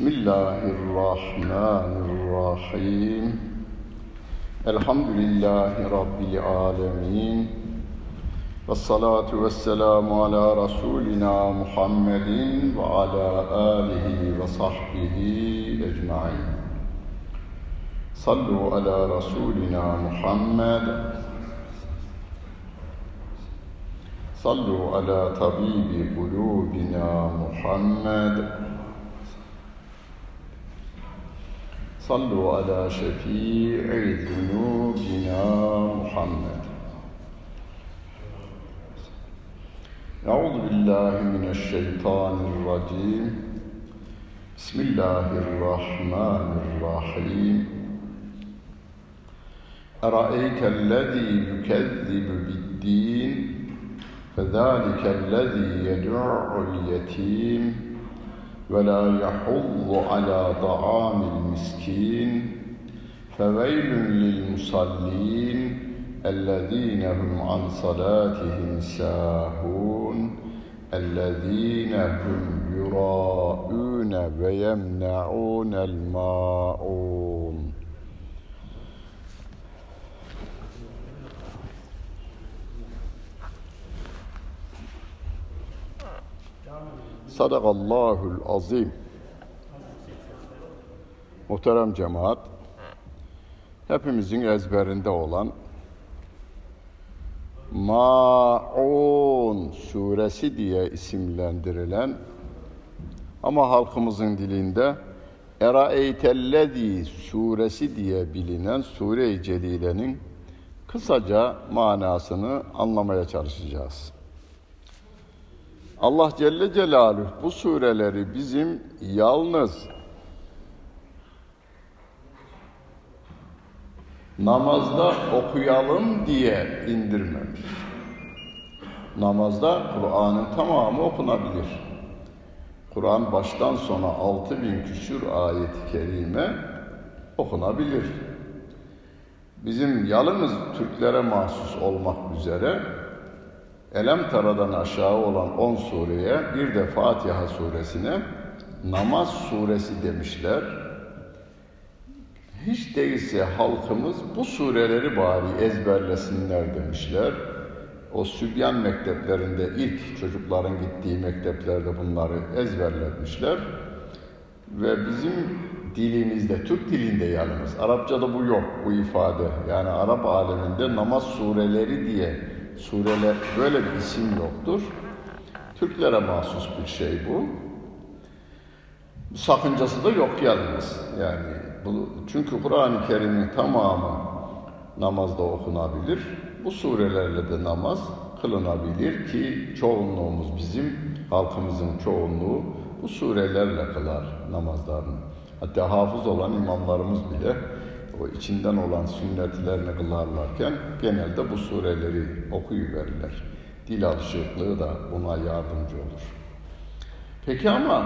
Bismillahirrahmanirrahim. Elhamdülillahi Rabbil alemin. Vessalatu vesselamu ala Resulina Muhammedin ve ala alihi ve sahbihi ecmain. Sallu ala Resulina Muhammed. Sallu ala tabibi kulubina Muhammed. Sallu ala şefii zunubina Muhammed. Euzu billahi mineşşeytanirracim. Bismillahirrahmanirrahim. Eraeytellezî yükezzibu biddîn fezâlikellezî yed'u'ul yetîm ve lâ yahuddu alâ ta'âmil miskîn feveylün lil musallîn ellezîne hum an salâtihim sâhûn ellezîne hum yurâûne ve yemne'ûnel mâ'ûn. Sadakallahul azim. Muhterem cemaat, hepimizin ezberinde olan Ma'un suresi diye isimlendirilen ama halkımızın dilinde Eraeytellezî suresi diye bilinen Sure-i Celile'nin kısaca manasını anlamaya çalışacağız. Allah Celle Celaluhu bu sureleri bizim yalnız namazda okuyalım diye indirmemiş. Namazda Kur'an'ın tamamı okunabilir. Kur'an baştan sona 6000 küsur ayet-i kerime okunabilir. Bizim yalnız Türklere mahsus olmak üzere Elem Tara'dan aşağı olan 10 sureye bir de Fatiha suresine namaz suresi demişler. Hiç değilse halkımız bu sureleri bari ezberlesinler demişler. O Sübyan mekteplerinde ilk çocukların gittiği mekteplerde bunları ezberletmişler. Ve bizim dilimizde, Türk dilinde yalnız, Arapçada bu yok, bu ifade. Yani Arap aleminde namaz sureleri diye sureler, böyle bir isim yoktur. Türklere mahsus bir şey bu. Sakıncası da yok yalnız. Yani çünkü Kur'an-ı Kerim'in tamamı namazda okunabilir. Bu surelerle de namaz kılınabilir ki çoğunluğumuz bizim, halkımızın çoğunluğu bu surelerle kılar namazlarını. Hatta hafız olan imamlarımız bile o içinden olan sünnetlerini kılarlarken genelde bu sureleri okuyuverirler. Dil alışıklığı da buna yardımcı olur. Peki ama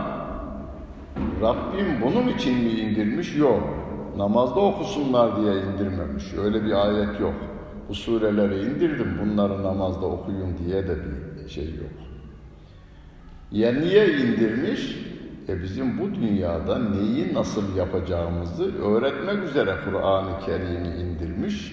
Rabbim bunun için mi indirmiş? Yok. Namazda okusunlar diye indirmemiş. Öyle bir ayet yok. Bu sureleri indirdim, bunları namazda okuyun diye de bir şey yok. Ya niye indirmiş? Bizim bu dünyada neyi nasıl yapacağımızı öğretmek üzere Kur'an-ı Kerim'i indirmiş.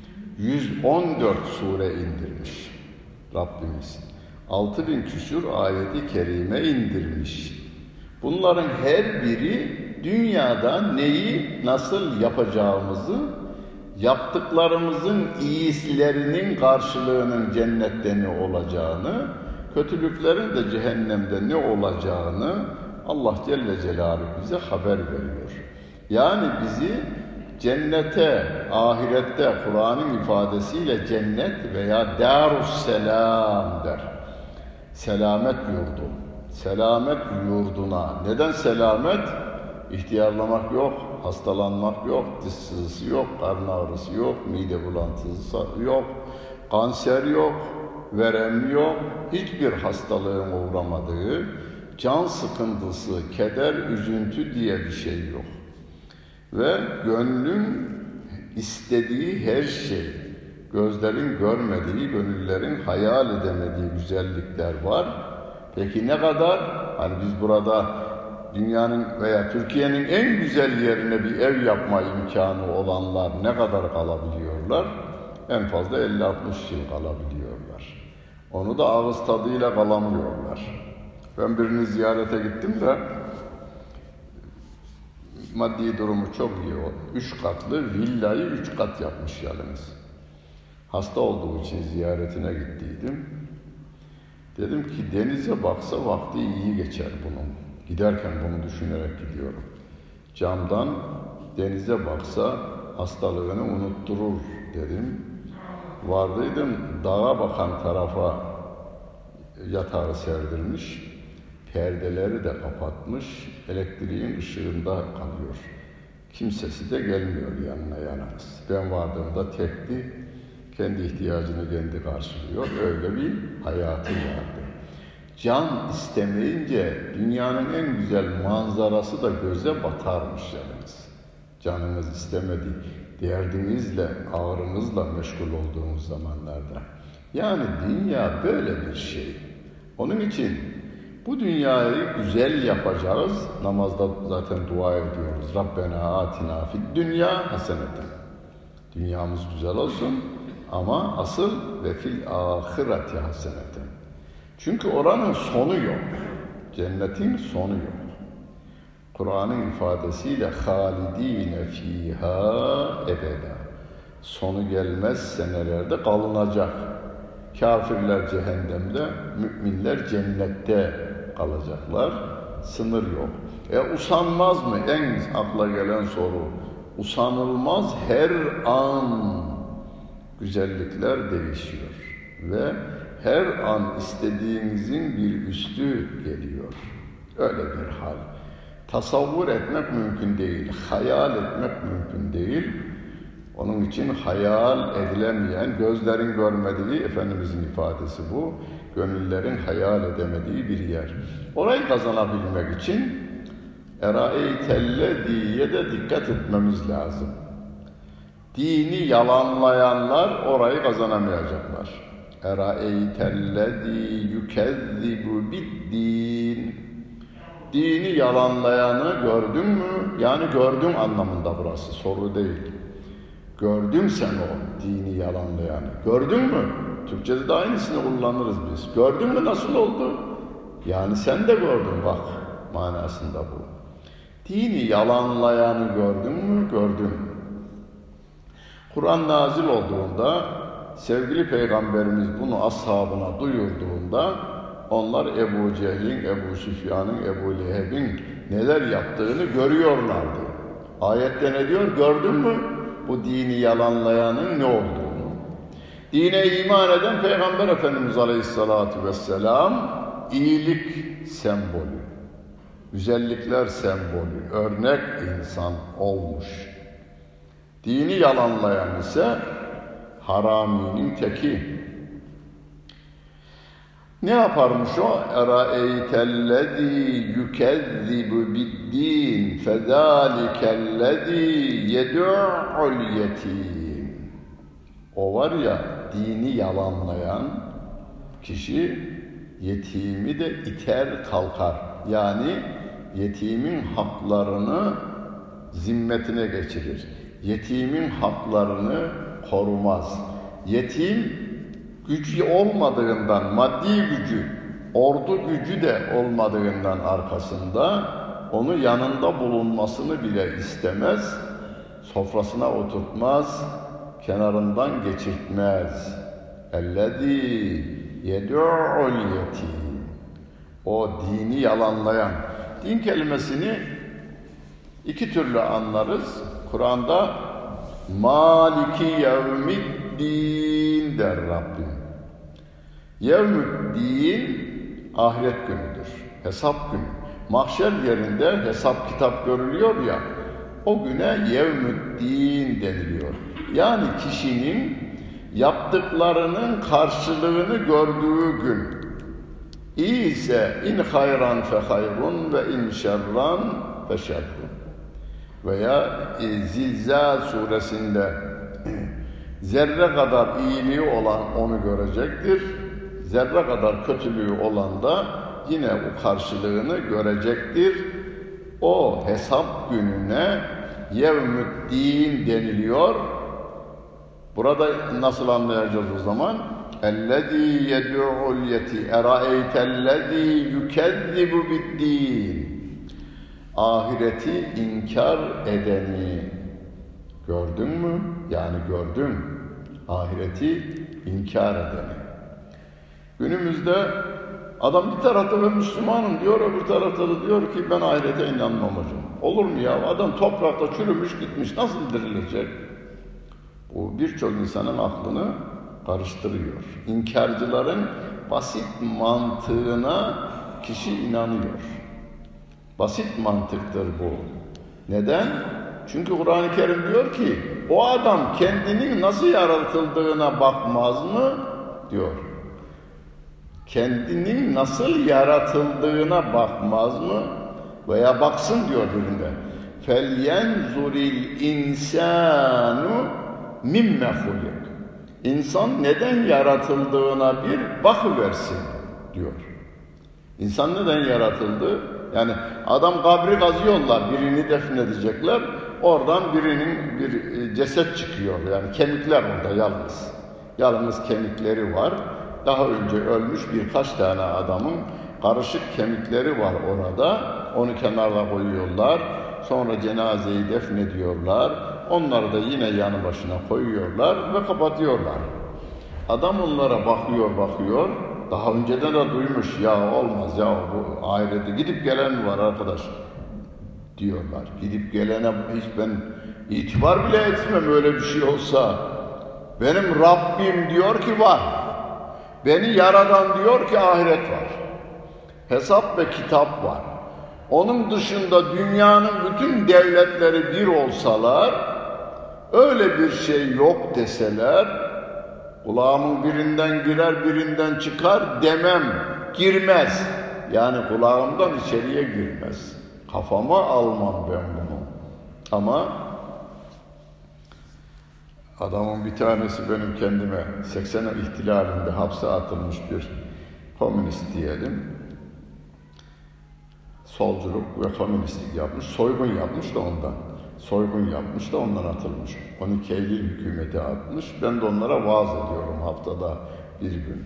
114 sure indirmiş Rabbimiz. 6000 küsur ayeti kerime indirmiş. Bunların her biri dünyada neyi nasıl yapacağımızı, yaptıklarımızın iyisilerinin karşılığının cennette ne olacağını, kötülüklerin de cehennemde ne olacağını Allah Celle Celaluhu bize haber veriyor. Yani bizi cennete, ahirette Kur'an'ın ifadesiyle cennet veya Darusselam der. Selamet yurdu. Selamet yurduna. Neden selamet? İhtiyarlamak yok, hastalanmak yok, diş sızısı yok, karın ağrısı yok, mide bulantısı yok, kanser yok, verem yok, hiçbir hastalığın uğramadığı, can sıkıntısı, keder, üzüntü diye bir şey yok. Ve gönlün istediği her şey, gözlerin görmediği, gönüllerin hayal edemediği güzellikler var. Peki ne kadar? Hani biz burada dünyanın veya Türkiye'nin en güzel yerine bir ev yapma imkanı olanlar ne kadar kalabiliyorlar? En fazla 50-60 yıl kalabiliyorlar. Onu da ağız tadıyla kalamıyorlar. Ben birini ziyarete gittim de maddi durumu çok iyi o. 3 katlı villayı 3 kat yapmış yalnız. Hasta olduğu için ziyaretine gittiydim. Dedim ki denize baksa vakti iyi geçer bunun. Giderken bunu düşünerek gidiyorum. Camdan denize baksa hastalığını unutturur dedim. Vardıydım, dağa bakan tarafa yatağı serdirmiş, perdeleri de kapatmış, elektriğin ışığında kalıyor. Kimsesi de gelmiyor yanına yalnız. Ben vardığımda tekti, kendi ihtiyacını kendi karşılıyor, öyle bir hayatı vardı. Can istemeyince dünyanın en güzel manzarası da göze batarmış yalnız. Canınız istemedi, derdinizle, ağrınızla meşgul olduğunuz zamanlarda. Yani dünya böyle bir şey. Onun için bu dünyayı güzel yapacağız. Namazda zaten dua ediyoruz. Rabbena atina fid dünya haseneten. Dünyamız güzel olsun ama asıl ve fil ahireti haseneten. Çünkü oranın sonu yok. Cennetin sonu yok. Kur'an'ın ifadesiyle halidine fiha ebeda. Sonu gelmez senelerde kalınacak. Kafirler cehennemde, müminler cennette kalacaklar. Sınır yok. Usanmaz mı? En akla gelen soru. Usanılmaz, her an güzellikler değişiyor. Ve her an istediğinizin bir üstü geliyor. Öyle bir hal. Tasavvur etmek mümkün değil, hayal etmek mümkün değil. Onun için hayal edilemeyen, gözlerin görmediği, Efendimizin ifadesi bu, gönüllerin hayal edemediği bir yer. Orayı kazanabilmek için eraeytellediye de dikkat etmemiz lazım. Dini yalanlayanlar orayı kazanamayacaklar. Eraeytellezî yükezzibu biddin. Dini yalanlayanı gördün mü? Yani gördüm anlamında burası, soru değil. Gördün sen o dini yalanlayanı. Gördün mü? Türkçe'de de aynısını kullanırız biz. Gördün mü nasıl oldu? Yani sen de gördün bak manasında bu. Dini yalanlayanı gördün mü? Gördün. Kur'an nazil olduğunda, sevgili Peygamberimiz bunu ashabına duyurduğunda, onlar Ebu Cehil'in, Ebu Süfyan'ın, Ebu Leheb'in neler yaptığını görüyorlardı. Ayette ne diyor? Gördün mü bu dini yalanlayanın ne olduğunu? Dine iman eden Peygamber Efendimiz Aleyhisselatü Vesselam iyilik sembolü, güzellikler sembolü, örnek insan olmuş. Dini yalanlayan ise haraminin teki. Ne yaparmış o? Eraeytellezî yükezzibu biddin fezâlikellezî yed'u'ul yetim. O var ya, dini yalanlayan kişi yetimi de iter kalkar. Yani yetimin haklarını zimmetine geçirir. Yetimin haklarını korumaz. Yetim gücü olmadığından, maddi gücü, ordu gücü de olmadığından arkasında onu yanında bulunmasını bile istemez, sofrasına oturtmaz, kenarından geçirtmez. اَلَّذ۪ي يَدُعُ الْيَت۪يمِ. O dini yalanlayan. Din kelimesini iki türlü anlarız. Kur'an'da Maliki yevmiddin der Rabbim. Yevmiddin ahiret günüdür. Hesap günü. Mahşer yerinde hesap kitap görülüyor ya, o güne yevmiddin deniliyor. Yani kişinin yaptıklarının karşılığını gördüğü gün. İyi ise in hayran fe hayrun ve in şerran fe şerrun. Veya Zilzal suresinde zerre kadar iyiliği olan onu görecektir. Zerre kadar kötülüğü olan da yine o karşılığını görecektir. O hesap gününe yevmüddin deniliyor. Burada nasıl anlayacağız o zaman? اَلَّذ۪ي يَدْعُ الْيَتِي اَرَأَيْتَ الَّذ۪ي يُكَذِّبُ بِالد۪ينِ Ahireti inkar edeni gördün mü? Yani gördüm. Ahireti inkar edeni. Günümüzde adam bir tarafta ben Müslümanım diyor, öbür tarafta da diyor ki ben ahirete inanmam hocam. Olur mu ya? Adam toprakta çürümüş gitmiş. Nasıl dirilecek? Bu birçok insanın aklını karıştırıyor. İnkarcıların basit mantığına kişi inanıyor. Basit mantıktır bu. Neden? Çünkü Kur'an-ı Kerim diyor ki o adam kendinin nasıl yaratıldığına bakmaz mı? Diyor. Kendinin nasıl yaratıldığına bakmaz mı? Veya baksın diyor birinde. فَلْيَنْزُرِ الْاِنْسَانُ مِمَّ خُلِقٍ İnsan neden yaratıldığına bir bakıversin diyor. İnsan neden yaratıldı? Yani adam kabri kazıyorlar, birini defnedecekler. Oradan birinin bir ceset çıkıyor. Yani kemikler orada yalnız. Yalnız kemikleri var. Daha önce ölmüş birkaç tane adamın karışık kemikleri var orada. Onu kenarda koyuyorlar. Sonra cenazeyi defnediyorlar. Onları da yine yanı başına koyuyorlar ve kapatıyorlar. Adam onlara bakıyor. Daha önceden de duymuş, ya olmaz ya bu ahirette gidip gelen var arkadaş diyorlar. Gidip gelene hiç ben itibar bile etmem öyle bir şey olsa. Benim Rabbim diyor ki var. Beni yaradan diyor ki ahiret var. Hesap ve kitap var. Onun dışında dünyanın bütün devletleri bir olsalar, öyle bir şey yok deseler, kulağımın birinden girer birinden çıkar demem, girmez. Yani kulağımdan içeriye girmez. Kafama almam ben bunu. Ama adamın bir tanesi benim kendime 80 ihtilalinde hapse atılmış bir komünist diyelim. Solculuk ve komünistlik yapmış, soygun yapmış da ondan. Soygun yapmış da ondan atılmış. 12 Eylül hükümeti atmış. Ben de onlara vaaz ediyorum haftada bir gün.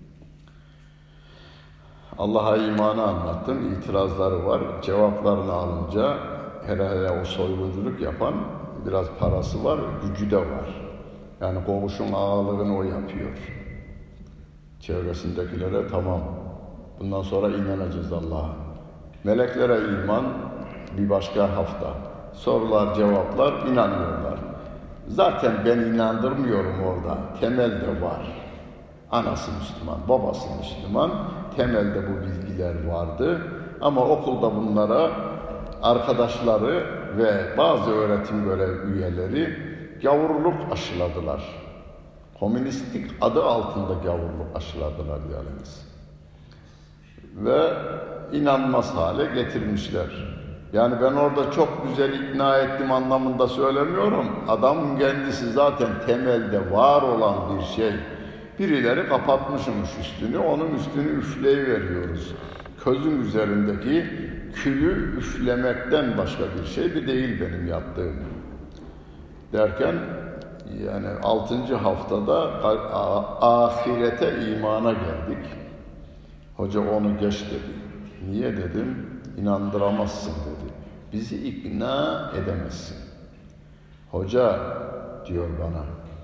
Allah'a imanı anlattım. İtirazları var. Cevaplarını alınca herhalde o soygunculuk yapan biraz parası var, gücü de var. Yani koğuşun ağalığını o yapıyor. Çevresindekilere tamam. Bundan sonra inanacağız Allah'a. Meleklere iman bir başka hafta. Sorular, cevaplar, inanıyorlar. Zaten ben inandırmıyorum orada. Temelde var. Anası Müslüman, babası Müslüman. Temelde bu bilgiler vardı. Ama okulda bunlara arkadaşları ve bazı öğretim görev üyeleri gavurluk aşıladılar. Komünistlik adı altında gavurluk aşıladılar yalnız. Ve inanmaz hale getirmişler. Yani ben orada çok güzel ikna ettim anlamında söylemiyorum. Adamın kendisi zaten temelde var olan bir şey. Birileri kapatmışmış üstünü, onun üstünü üfleyiveriyoruz. Közün üzerindeki külü üflemekten başka bir şey de değil benim yaptığım. Derken yani 6. haftada ahirete imana geldik. Hoca onu geç dedi. Niye dedim? İnandıramazsın dedi. Bizi ikna edemezsin. Hoca diyor bana,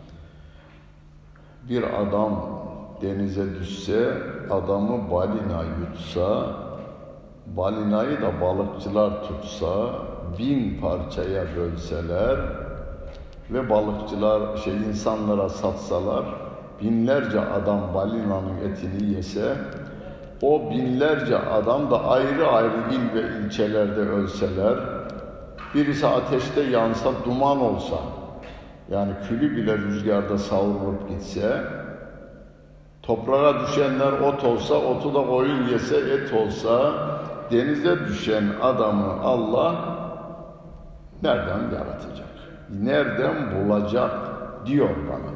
bir adam denize düşse, adamı balina yutsa, balinayı da balıkçılar tutsa, 1000 parçaya bölseler ve balıkçılar insanlara satsalar, binlerce adam balinanın etini yese, o binlerce adam da ayrı ayrı il ve ilçelerde ölseler, birisi ateşte yansa, duman olsa, yani külü bile rüzgarda savrulup gitse, toprağa düşenler ot olsa, otu da koyun yese, et olsa, denize düşen adamı Allah nereden yaratacak? Nereden bulacak diyor bana.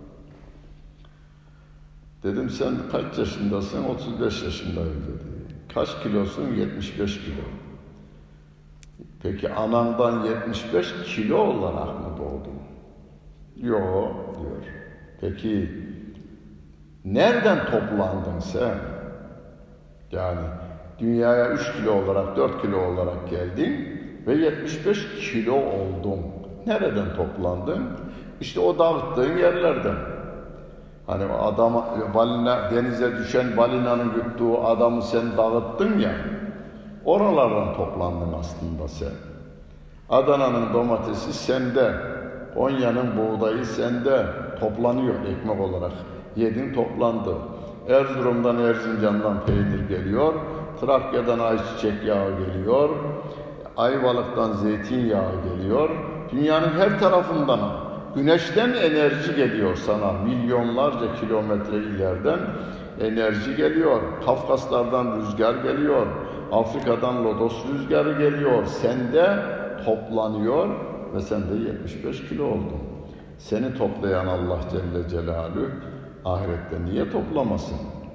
Dedim sen kaç yaşındasın? 35 yaşındayım dedi. Kaç kilosun? 75 kilo. Peki anandan 75 kilo olarak mı doğdun? Yok diyor. Peki nereden toplandın sen? Yani dünyaya 3 kilo olarak, 4 kilo olarak geldin ve 75 kilo oldun. Nereden toplandın? İşte o dağıttığın yerlerden. Hani adam, balina, denize düşen balinanın yuttuğu adamı sen dağıttın ya, oralardan toplandın aslında sen. Adana'nın domatesi sende, Konya'nın buğdayı sende, toplanıyor ekmek olarak. Yedin toplandı. Erzurum'dan, Erzincan'dan peynir geliyor, Trakya'dan ayçiçek yağı geliyor, Ayvalık'tan zeytinyağı geliyor. Dünyanın her tarafından, güneşten enerji geliyor sana, milyonlarca kilometre ileriden enerji geliyor. Kafkaslardan rüzgar geliyor, Afrika'dan lodos rüzgarı geliyor. Sende toplanıyor ve sen de 75 kilo oldun. Seni toplayan Allah Celle Celaluhu ahirette niye toplamasın?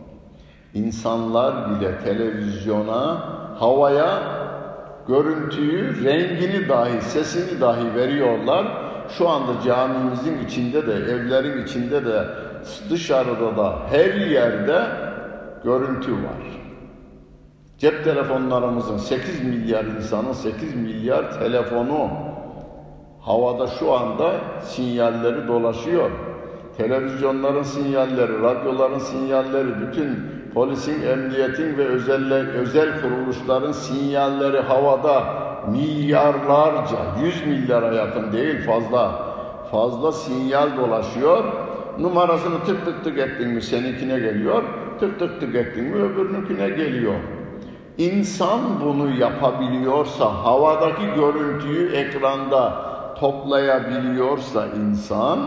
İnsanlar bile televizyona, havaya görüntüyü, rengini dahi, sesini dahi veriyorlar. Şu anda camimizin içinde de, evlerin içinde de, dışarıda da, her yerde görüntü var. Cep telefonlarımızın 8 milyar insanın 8 milyar telefonu havada şu anda sinyalleri dolaşıyor. Televizyonların sinyalleri, radyoların sinyalleri, bütün polisin, emniyetin ve özel kuruluşların sinyalleri havada milyarlarca, 100 milyara yakın değil fazla sinyal dolaşıyor. Numarasını tık tık tık ettin mi seninkine geliyor, tık tık tık ettin mi öbürününkine geliyor. İnsan bunu yapabiliyorsa, havadaki görüntüyü ekranda toplayabiliyorsa insan,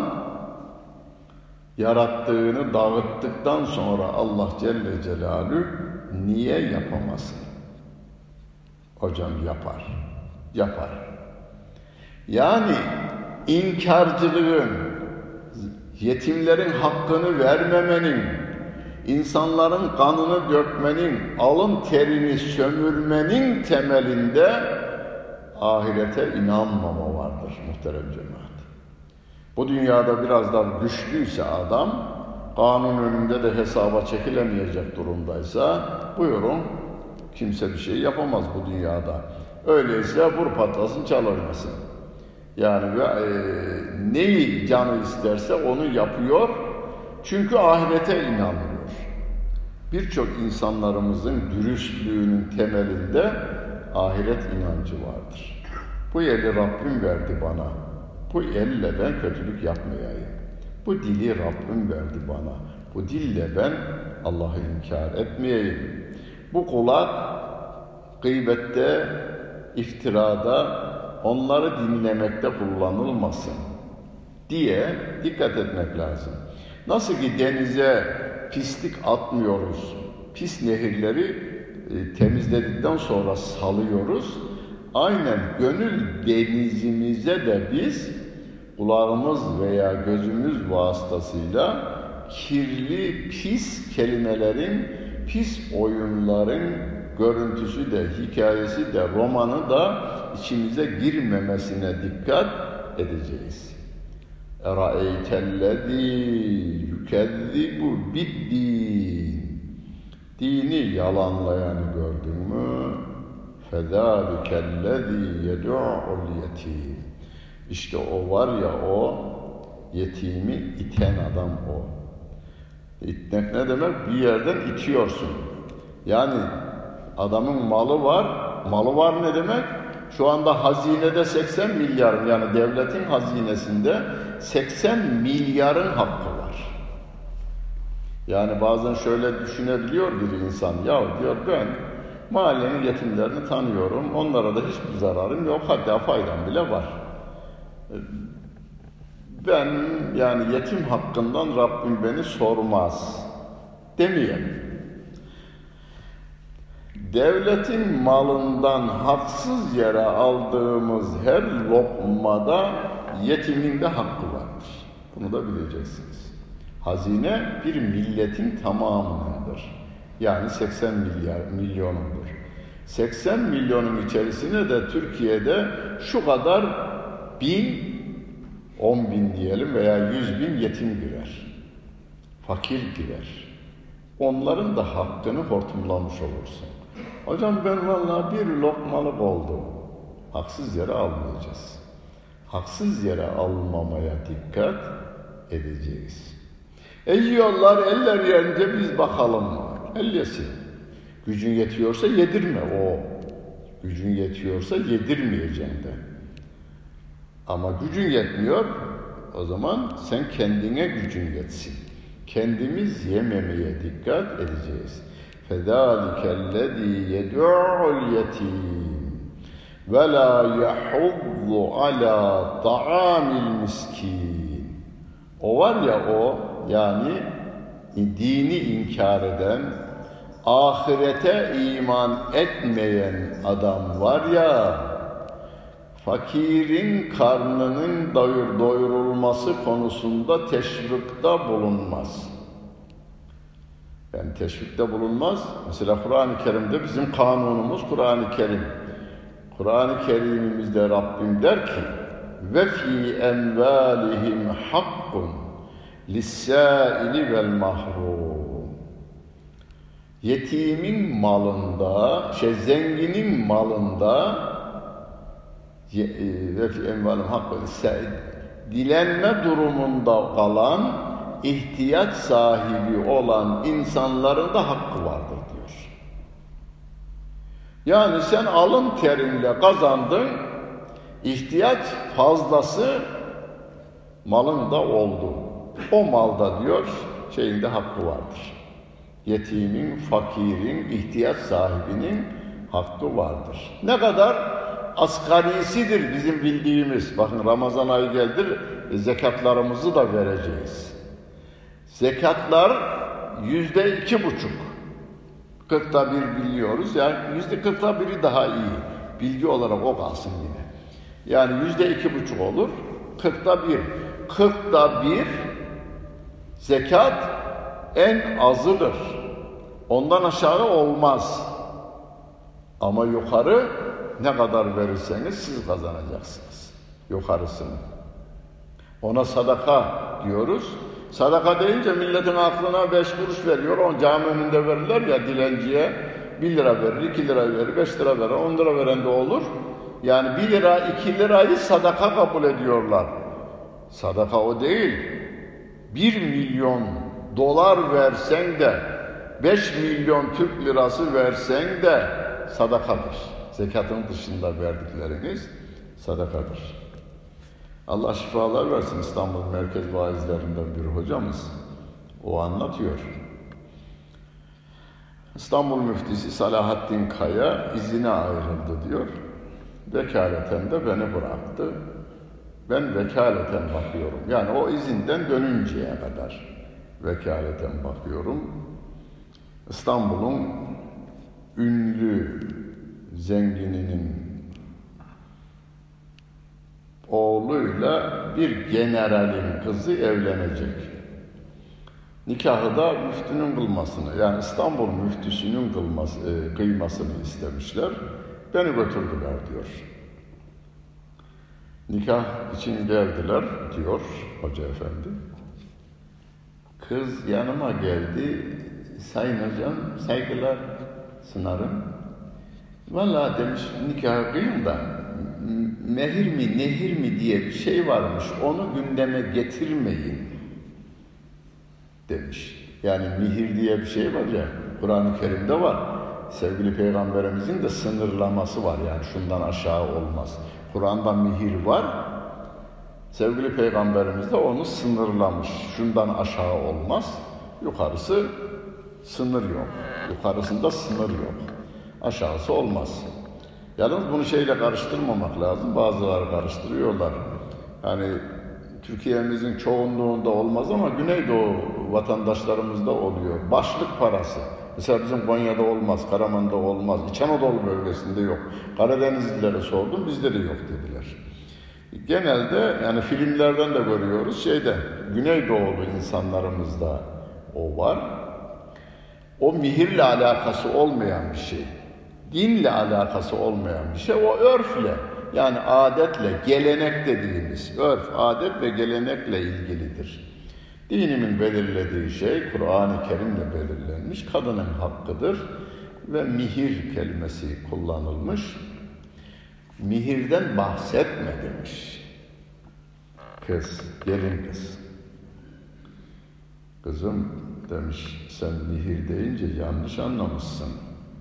yarattığını dağıttıktan sonra Allah Celle Celaluhu niye yapamasın? Hocam yapar. Yani inkarcılığın, yetimlerin hakkını vermemenin, insanların kanını dökmenin, alın terini sömürmenin temelinde ahirete inanmama vardır muhterem cemaat. Bu dünyada biraz daha güçlüyse adam, kanun önünde de hesaba çekilemeyecek durumdaysa, buyurun, kimse bir şey yapamaz bu dünyada. Öyleyse vur patlasın, çal oynasın. Yani neyi canı isterse onu yapıyor, çünkü ahirete inanmıyor. Birçok insanlarımızın dürüstlüğünün temelinde ahiret inancı vardır. Bu eli Rabbim verdi bana. Bu elle ben kötülük yapmayayım. Bu dili Rabbim verdi bana. Bu dille ben Allah'ı inkar etmeyeyim. Bu kulak gıybette, iftirada, onları dinlemekte kullanılmasın diye dikkat etmek lazım. Nasıl ki denize pislik atmıyoruz, pis nehirleri temizledikten sonra salıyoruz, aynen gönül denizimize de biz kulağımız veya gözümüz vasıtasıyla kirli, pis kelimelerin, pis oyunların görüntüsü de, hikayesi de, romanı da içimize girmemesine dikkat edeceğiz. اَرَأَيْتَ الَّذ۪ي يُكَذِّبُ بِالدِّينِ Dini yalanlayanı gördün mü? فَذَٰلِكَ الَّذ۪ي يَدُعُ الْيَت۪يمِ İşte o var ya, o yetimi iten adam o. İtmek ne demek? Bir yerden itiyorsun. Yani adamın malı var. Malı var ne demek? Şu anda hazinede 80 milyar, yani devletin hazinesinde 80 milyarın hakkı var. Yani bazen şöyle düşünebiliyor bir insan. Ya diyor, ben mahallenin yetimlerini tanıyorum. Onlara da hiçbir zararım yok. Hatta faydam bile var. Ben yani yetim hakkından Rabbim beni sormaz demeyelim. Devletin malından haksız yere aldığımız her lokmada yetimin de hakkı vardır. Bunu da bileceksiniz. Hazine bir milletin tamamınındır. Yani 80 milyonundur. 80 milyonun içerisine de Türkiye'de şu kadar 10 bin diyelim veya 100 bin yetim girer. Fakir girer. Onların da hakkını hortumlamış olursun. Hocam ben vallahi bir lokmalık oldum. Haksız yere almayacağız. Haksız yere almamaya dikkat edeceğiz. Yiyorlar, eller yerince biz bakalım mı? El yesin. Gücün yetiyorsa yedirme o. Gücün yetiyorsa yedirmeyeceksin de. Ama gücün yetmiyor, o zaman sen kendine gücün yetsin. Kendimiz yememeye dikkat edeceğiz. فَذَٰلِكَ الَّذ۪ي يَدُعُ الْيَت۪يمِ وَلَا يَحُضُّ عَلَى طَعَامِ الْمِسْك۪ينِ. O var ya o, yani dini inkar eden, ahirete iman etmeyen adam var ya, fakirin karnının doyurulması konusunda teşvikte bulunmaz. Yani teşvikte bulunmaz. Mesela Kur'an-ı Kerim'de bizim kanunumuz Kur'an-ı Kerim. Kur'an-ı Kerim'imizde Rabbim der ki: ve fi emvalihim hakkun lis-sâili vel mahrum. Yetimin malında, zenginin malında ve fi emvalihim hakkun lis-sâili, dilenme durumunda kalan, ihtiyaç sahibi olan insanların da hakkı vardır diyor. Yani sen alın terinle kazandın, ihtiyaç fazlası malın da oldu. O malda diyor, şeyinde hakkı vardır. Yetimin, fakirin, ihtiyaç sahibinin hakkı vardır. Ne kadar? Asgarisidir bizim bildiğimiz. Bakın Ramazan ayı geldi, zekatlarımızı da vereceğiz. Zekatlar 2,5%. 40'ta bir biliyoruz. Yani 40'ta 1'i daha iyi. Bilgi olarak o kalsın yine. Yani 2,5% olur. 40'ta 1. 40'ta 1 zekat en azıdır. Ondan aşağı olmaz. Ama yukarı ne kadar verirseniz siz kazanacaksınız. Yukarısını. Ona sadaka diyoruz. Sadaka deyince milletin aklına 5 kuruş veriyor. O cami önünde verirler ya dilenciye. 1 lira verir, 2 lira verir, 5 lira verir, 10 lira veren de olur. Yani 1 lira, 2 lirayı sadaka kabul ediyorlar. Sadaka o değil. 1 milyon dolar versen de, 5 milyon Türk lirası versen de sadakadır. Zekatın dışında verdikleriniz sadakadır. Allah şifalar versin. İstanbul Merkez Vaizlerinden bir hocamız o anlatıyor. İstanbul Müftüsü Salahattin Kaya izine ayrıldı diyor. Vekaleten de beni bıraktı. Ben vekaleten bakıyorum. Yani o izinden dönünceye kadar vekaleten bakıyorum. İstanbul'un ünlü zengininin oğluyla bir generalin kızı evlenecek. Nikahı da müftünün kılmasını, yani İstanbul müftüsünün kıymasını istemişler. Beni götürdüler diyor. Nikah için geldiler diyor Hoca Efendi. Kız yanıma geldi. Sayın hocam, saygılar sunarım. Vallahi demiş, nikah kıyım da mehir mi, nehir mi diye bir şey varmış. Onu gündeme getirmeyin demiş. Yani mihir diye bir şey var ya, Kur'an-ı Kerim'de var. Sevgili Peygamberimizin de sınırlaması var. Yani şundan aşağı olmaz. Kur'an'da mihir var. Sevgili Peygamberimiz de onu sınırlamış. Şundan aşağı olmaz. Yukarısı sınır yok. Yukarısında sınır yok. Aşağısı olmaz. Yalnız bunu şeyle karıştırmamak lazım. Bazıları karıştırıyorlar. Hani Türkiye'mizin çoğunluğunda olmaz ama Güneydoğu vatandaşlarımızda oluyor. Başlık parası. Mesela bizim Konya'da olmaz, Karaman'da olmaz, İç Anadolu bölgesinde yok. Karadenizlilere sordum, bizde de yok dediler. Genelde yani filmlerden de görüyoruz, Güneydoğulu insanlarımızda o var. O mihirle alakası olmayan bir şey. dinle alakası olmayan bir şey. O örfle, yani adetle, gelenek dediğimiz örf, adet ve gelenekle ilgilidir. Dinimin belirlediği şey Kur'an-ı Kerim'le belirlenmiş, kadının hakkıdır ve mihir kelimesi kullanılmış. Mihirden bahsetme demiş. Kız, gelin kız. Kızım demiş, sen mihir deyince yanlış anlamışsın.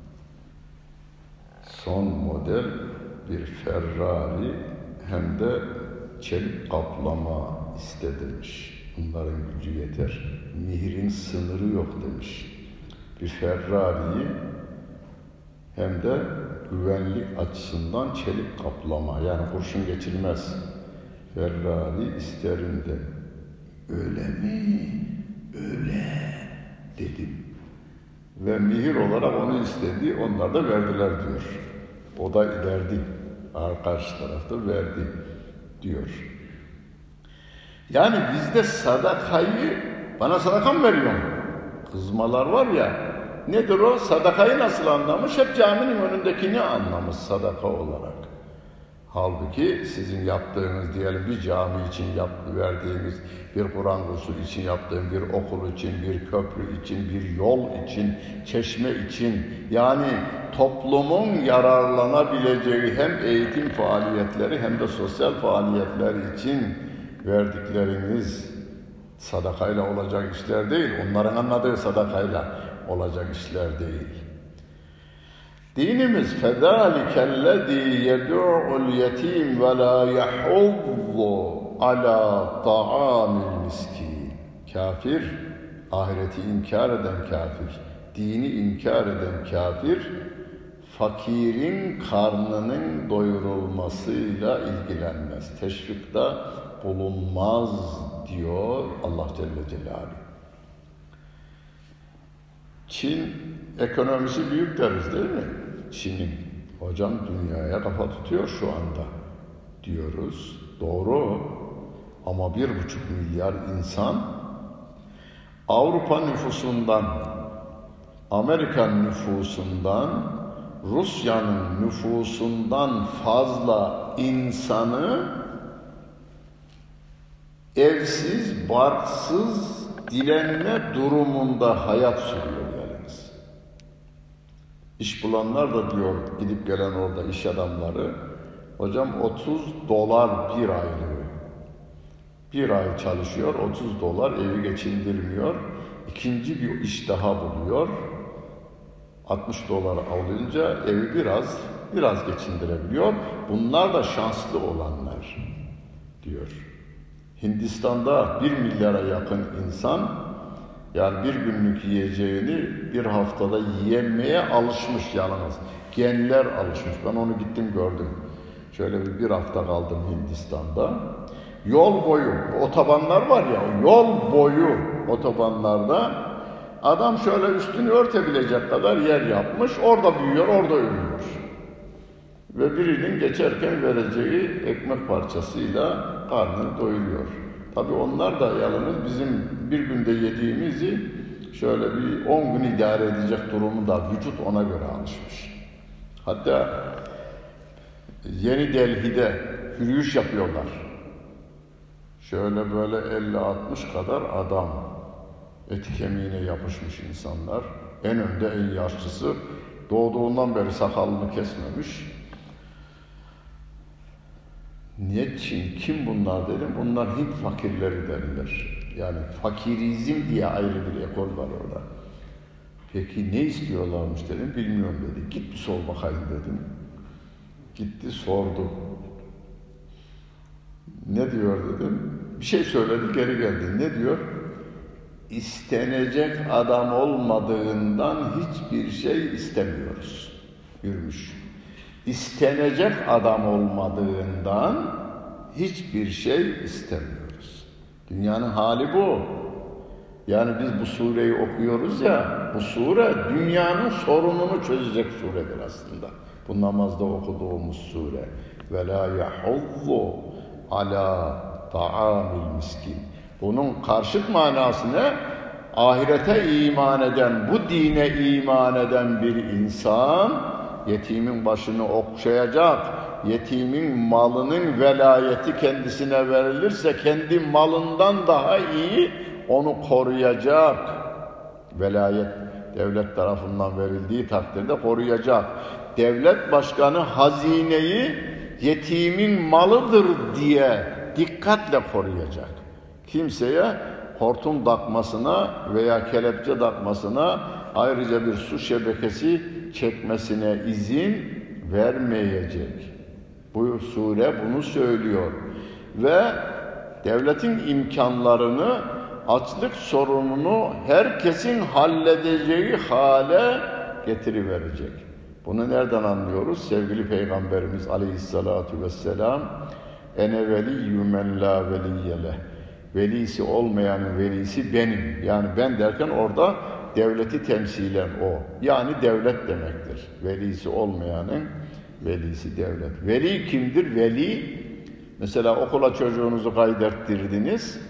Son model bir Ferrari hem de çelik kaplama iste demiş. Bunların gücü yeter. Mihrin sınırı yok demiş. Bir Ferrari'yi hem de güvenlik açısından çelik kaplama, yani kurşun geçirmez Ferrari isterim de. Öyle mi? Öyle dedim. Ve mihir olarak onu istedi, onlar da verdiler diyor. O da verdi, karşı tarafta verdi diyor. Yani bizde sadakayı, bana sadaka mı veriyorsun? Kızmalar var ya, nedir o? Sadakayı nasıl anlamış? Hep caminin önündekini anlamış sadaka olarak. Halbuki sizin yaptığınız, diyelim bir cami için verdiğiniz, bir Kur'an kursu için yaptığım, bir okul için, bir köprü için, bir yol için, çeşme için, yani toplumun yararlanabileceği hem eğitim faaliyetleri hem de sosyal faaliyetler için verdikleriniz sadakayla olacak işler değil. Onların anladığı sadakayla olacak işler değil. Dinimiz فَذَٰلِكَ الَّذ۪ي يَدُعُ الْيَت۪يمِ وَلَا يَحُضُّ عَلَى طَعَامِ الْمِسْكِينِ. Kafir, ahireti inkar eden kafir, dini inkar eden kafir, fakirin karnının doyurulmasıyla ilgilenmez, teşvikte bulunmaz diyor Allah Celle Celaluhu. Çin ekonomisi büyük deriz değil mi? Çin'in. Hocam dünyaya kafa tutuyor şu anda diyoruz. Doğru. Ama 1,5 milyar insan Avrupa nüfusundan, Amerikan nüfusundan, Rusya'nın nüfusundan fazla insanı evsiz, barksız, dilenme durumunda hayat sürüyor yalnız. İş bulanlar da diyor, gidip gelen orada iş adamları, hocam $30 bir aylığı. Bir ay çalışıyor, $30 evi geçindirmiyor. İkinci bir iş daha buluyor. $60 alınca evi biraz geçindirebiliyor. Bunlar da şanslı olanlar diyor. Hindistan'da 1 milyara yakın insan, yani bir günlük yiyeceğini bir haftada yiyemeye alışmış yalnız. Genler alışmış. Ben onu gittim gördüm. Şöyle bir hafta kaldım Hindistan'da. Yol boyu, otobanlar var ya, yol boyu otobanlarda adam şöyle üstünü örtebilecek kadar yer yapmış. Orada büyüyor, orada ölüyor. Ve birinin geçerken vereceği ekmek parçasıyla karnını doyuruyor. Tabii onlar da yalnız bizim bir günde yediğimizi şöyle bir 10 gün idare edecek durumu da vücut ona göre alışmış. Hatta Yeni Delhi'de yürüyüş yapıyorlar. Şöyle böyle 50-60 kadar adam, eti kemiğine yapışmış insanlar. En önde en yaşlısı, doğduğundan beri sakalını kesmemiş. Niçin, kim bunlar dedim, bunlar Hint fakirleri derler. Yani fakirizm diye ayrı bir ekol var orada. Peki ne istiyorlarmış dedim, bilmiyorum dedi. Git bir sor bakayım dedim. Gitti sordu. Ne diyor dedim. Bir şey söyledi, geri geldi. Ne diyor? İstenecek adam olmadığından hiçbir şey istemiyoruz. Yürümüş. İstenecek adam olmadığından hiçbir şey istemiyoruz. Dünyanın hali bu. Yani biz bu sureyi okuyoruz ya, bu sure dünyanın sorununu çözecek suredir aslında. Bu namazda okuduğumuz sure. وَلَا يَحُضُّ عَلَى طَعَامِ الْمِسْكِينِ. Bunun karşıt manası ne? Ahirete iman eden, bu dine iman eden bir insan, yetimin başını okşayacak, yetimin malının velayeti kendisine verilirse kendi malından daha iyi onu koruyacak. Velayet devlet tarafından verildiği takdirde koruyacak. Devlet başkanı hazineyi yetimin malıdır diye dikkatle koruyacak. Kimseye hortum takmasına veya kelepçe takmasına, ayrıca bir su şebekesi çekmesine izin vermeyecek. Bu sure bunu söylüyor. Ve devletin imkanlarını, açlık sorununu herkesin halledeceği hale getiriverecek. Bunu nereden anlıyoruz? Sevgili Peygamberimiz Aleyhissalatu vesselam, ene veliyyü men la veliyyeleh. Velisi olmayanın velisi benim. Yani ben derken orada devleti temsilen o. Yani devlet demektir. Velisi olmayanın velisi devlet. Veli kimdir? Veli, mesela okula çocuğunuzu kaydettirdiniz.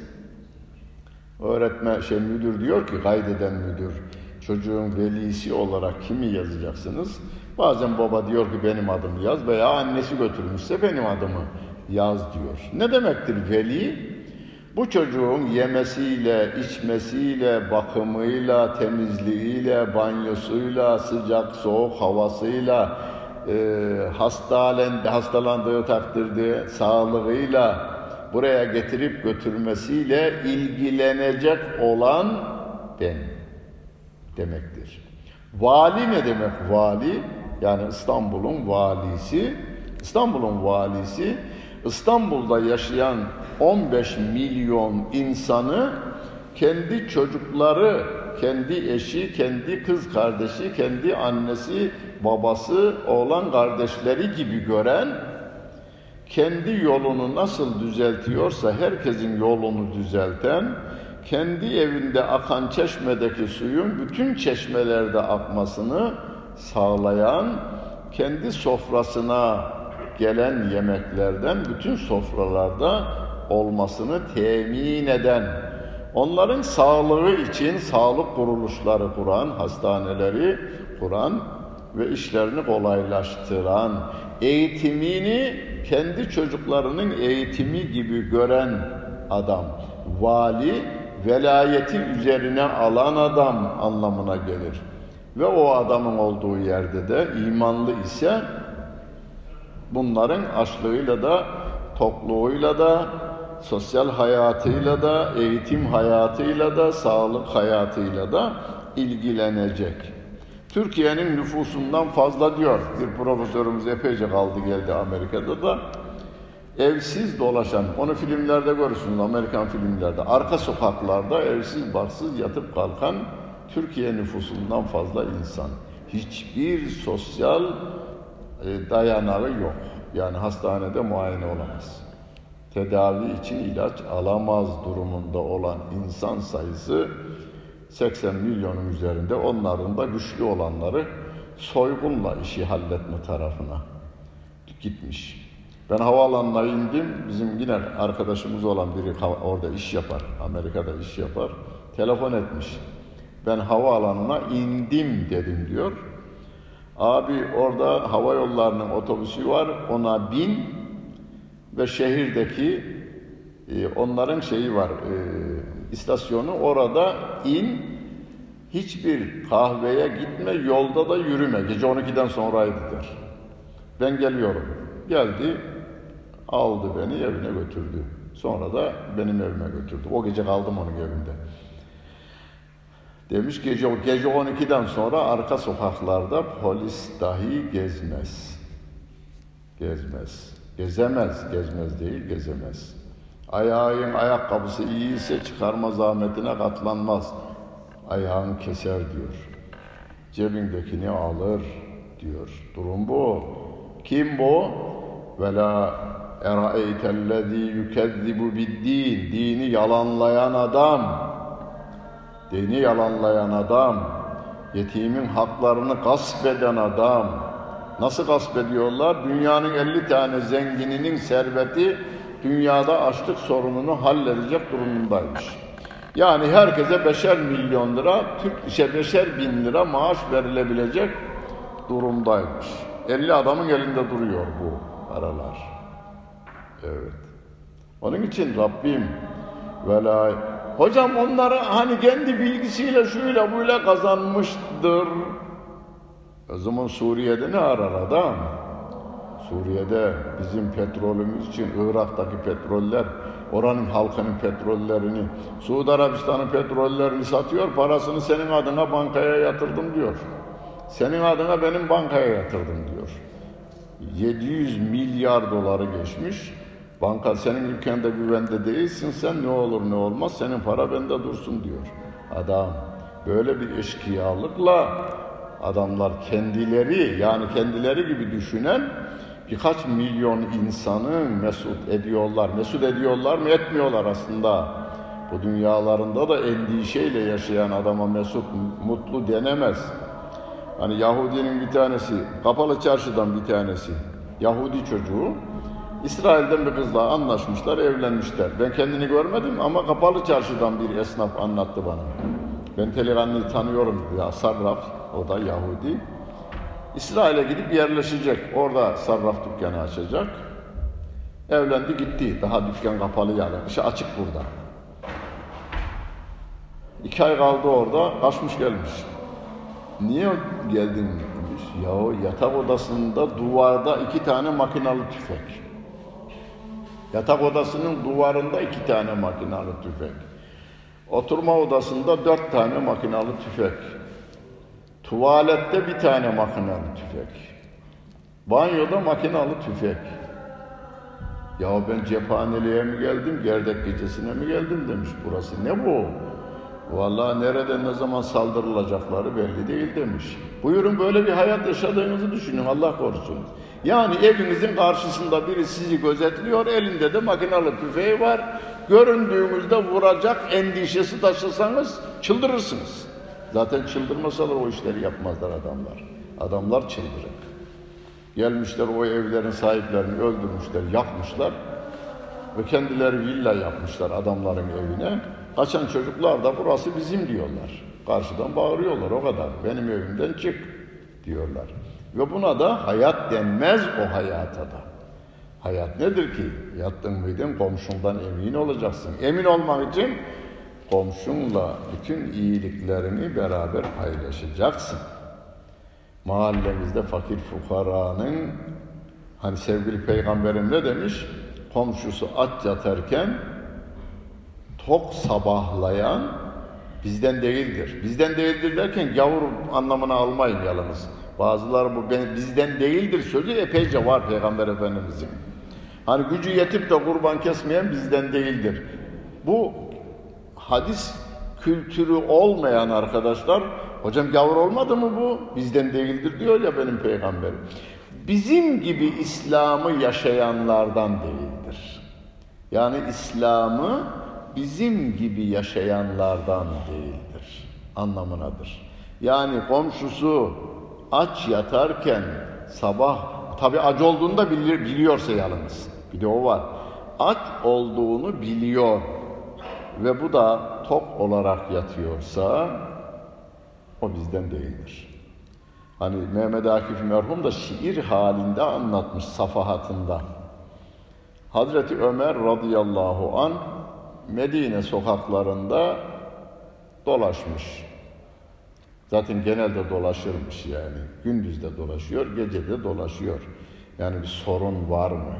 Müdür diyor ki, kaydeden müdür, çocuğun velisi olarak kimi yazacaksınız? Bazen baba diyor ki benim adımı yaz veya annesi götürmüşse benim adımı yaz diyor. Ne demektir veli? Bu çocuğun yemesiyle, içmesiyle, bakımıyla, temizliğiyle, banyosuyla, sıcak soğuk havasıyla, hastalandığı takdirde sağlığıyla buraya getirip götürmesiyle ilgilenecek olan benim demektir. Vali ne demek vali? Yani İstanbul'un valisi. İstanbul'un valisi, İstanbul'da yaşayan 15 milyon insanı kendi çocukları, kendi eşi, kendi kız kardeşi, kendi annesi, babası, oğlan kardeşleri gibi gören, kendi yolunu nasıl düzeltiyorsa herkesin yolunu düzelten, kendi evinde akan çeşmedeki suyun bütün çeşmelerde akmasını sağlayan, kendi sofrasına gelen yemeklerden bütün sofralarda olmasını temin eden, onların sağlığı için sağlık kuruluşları kuran, hastaneleri kuran ve işlerini kolaylaştıran, eğitimini kendi çocuklarının eğitimi gibi gören adam, vali, velayeti üzerine alan adam anlamına gelir. Ve o adamın olduğu yerde de imanlı ise bunların açlığıyla da, tokluğuyla da, sosyal hayatıyla da, eğitim hayatıyla da, sağlık hayatıyla da ilgilenecek. Türkiye'nin nüfusundan fazla diyor. Bir profesörümüz epeyce kaldı geldi Amerika'da da. Evsiz dolaşan, onu filmlerde görürsünüz, Amerikan filmlerde. Arka sokaklarda evsiz barksız yatıp kalkan Türkiye nüfusundan fazla insan. Hiçbir sosyal dayanağı yok. Yani hastanede muayene olamaz. Tedavi için ilaç alamaz durumunda olan insan sayısı 80 milyonun üzerinde. Onların da güçlü olanları soygunla işi halletme tarafına gitmiş. Ben havaalanına indim. Bizim yine arkadaşımız olan biri orada iş yapar. Amerika'da iş yapar. Telefon etmiş. Ben havaalanına indim dedim diyor. Abi orada hava yollarının otobüsü var. Ona bin ve şehirdeki onların şeyi var. İstasyonu, orada in. Hiçbir kahveye gitme, yolda da yürüme. Gece 12'den sonraydı der. Ben geliyorum. Geldi, aldı beni, evine götürdü. Sonra da benim evime götürdü. O gece kaldım onun evinde. Demiş gece 12'den sonra arka sokaklarda polis dahi gezmez. Gezmez değil, gezemez. Ayağın ayakkabısı iyiyse çıkarma zahmetine katlanmaz. Ayağın keser diyor. Cebindekini alır diyor. Durum bu. Kim bu? وَلَا اَرَأَيْتَ الَّذ۪ي يُكَذِّبُ بِالدِّينِ Dini yalanlayan adam. Dini yalanlayan adam. Yetimin haklarını gasp eden adam. Nasıl gasp ediyorlar? Dünyanın 50 tane zengininin serveti dünyada açlık sorununu halledecek durumundaymış. Yani herkese 5'er milyon lira, 5'er bin lira maaş verilebilecek durumdaymış. 50 adamın elinde duruyor bu paralar. Evet. Onun için Rabbim vela hocam onları hani kendi bilgisiyle şuyla buyla kazanmıştır. O zaman Suriye'de ne arar adam? Suriye'de bizim petrolümüz için Irak'taki petroller, oranın halkının petrollerini, Suudi Arabistan'ın petrollerini satıyor, parasını senin adına bankaya yatırdım diyor. Senin adına benim bankaya yatırdım diyor. 700 milyar doları geçmiş. Banka senin ülkende güvende değilsin, sen ne olur ne olmaz senin para bende dursun diyor. Adam böyle bir eşkıyalıkla adamlar kendileri yani kendileri gibi düşünen birkaç milyon insanı mesut ediyorlar. Mesut ediyorlar mı? Etmiyorlar aslında. Bu dünyalarında da endişeyle yaşayan adama mesut, mutlu denemez. Hani Yahudinin bir tanesi, Kapalı Çarşı'dan bir tanesi, Yahudi çocuğu, İsrail'den bir kızla anlaşmışlar, evlenmişler. Ben kendini görmedim ama Kapalı Çarşı'dan bir esnaf anlattı bana. Ben Teleganlı'yı tanıyorum ya, sarraf, o da Yahudi. İsrail'e gidip yerleşecek, orada sarraf dükkanı açacak. Evlendi gitti, daha dükkan kapalı yani, işi açık burada. 2 ay kaldı orada, kaçmış gelmiş. Niye geldin demiş. Yahu yatak odasında duvarda 2 tane makinalı tüfek. Yatak odasının duvarında 2 tane makinalı tüfek. Oturma odasında 4 tane makinalı tüfek. Tuvalette 1 tane makinalı tüfek. Banyoda makinalı tüfek. Ya ben cephaneliğe mi geldim, gerdek gecesine mi geldim demiş. Burası ne bu? Vallahi nereden ne zaman saldırılacakları belli değil demiş. Buyurun böyle bir hayat yaşadığınızı düşünün, Allah korusun. Yani evinizin karşısında biri sizi gözetliyor, elinde de makinalı tüfeği var. Göründüğünüzde vuracak endişesi taşısanız çıldırırsınız. Zaten çıldırmasalar o işleri yapmazlar adamlar. Adamlar çıldırık. Gelmişler o evlerin sahiplerini öldürmüşler, yakmışlar. Ve kendileri villa yapmışlar adamların evine. Kaçan çocuklar da burası bizim diyorlar. Karşıdan bağırıyorlar o kadar. Benim evimden çık diyorlar. Ve buna da hayat denmez o hayata da. Hayat nedir ki? Yattın mıydın komşundan emin olacaksın. Emin olmak için komşunla bütün iyiliklerini beraber paylaşacaksın. Mahallemizde fakir fukaranın hani sevgili peygamberim ne demiş? Komşusu aç yatarken tok sabahlayan bizden değildir. Bizden değildir derken gavur anlamına almayın yalnız. Bazıları bu bizden değildir sözü epeyce var Peygamber Efendimizin. Hani gücü yetip de kurban kesmeyen bizden değildir. Bu hadis kültürü olmayan arkadaşlar, hocam gavur olmadı mı bu? Bizden değildir diyor ya benim peygamberim. Bizim gibi İslam'ı yaşayanlardan değildir. Yani İslam'ı bizim gibi yaşayanlardan değildir anlamınadır. Yani komşusu aç yatarken sabah, tabi aç olduğunu da biliyorsa yalnız, bir de o var. Aç olduğunu biliyor ve bu da tok olarak yatıyorsa o bizden değildir. Hani Mehmet Akif merhum da şiir halinde anlatmış safahatında. Hazreti Ömer radıyallahu an Medine sokaklarında dolaşmış. Zaten genelde dolaşırmış yani. Gündüz de dolaşıyor, gece de dolaşıyor. Yani bir sorun var mı?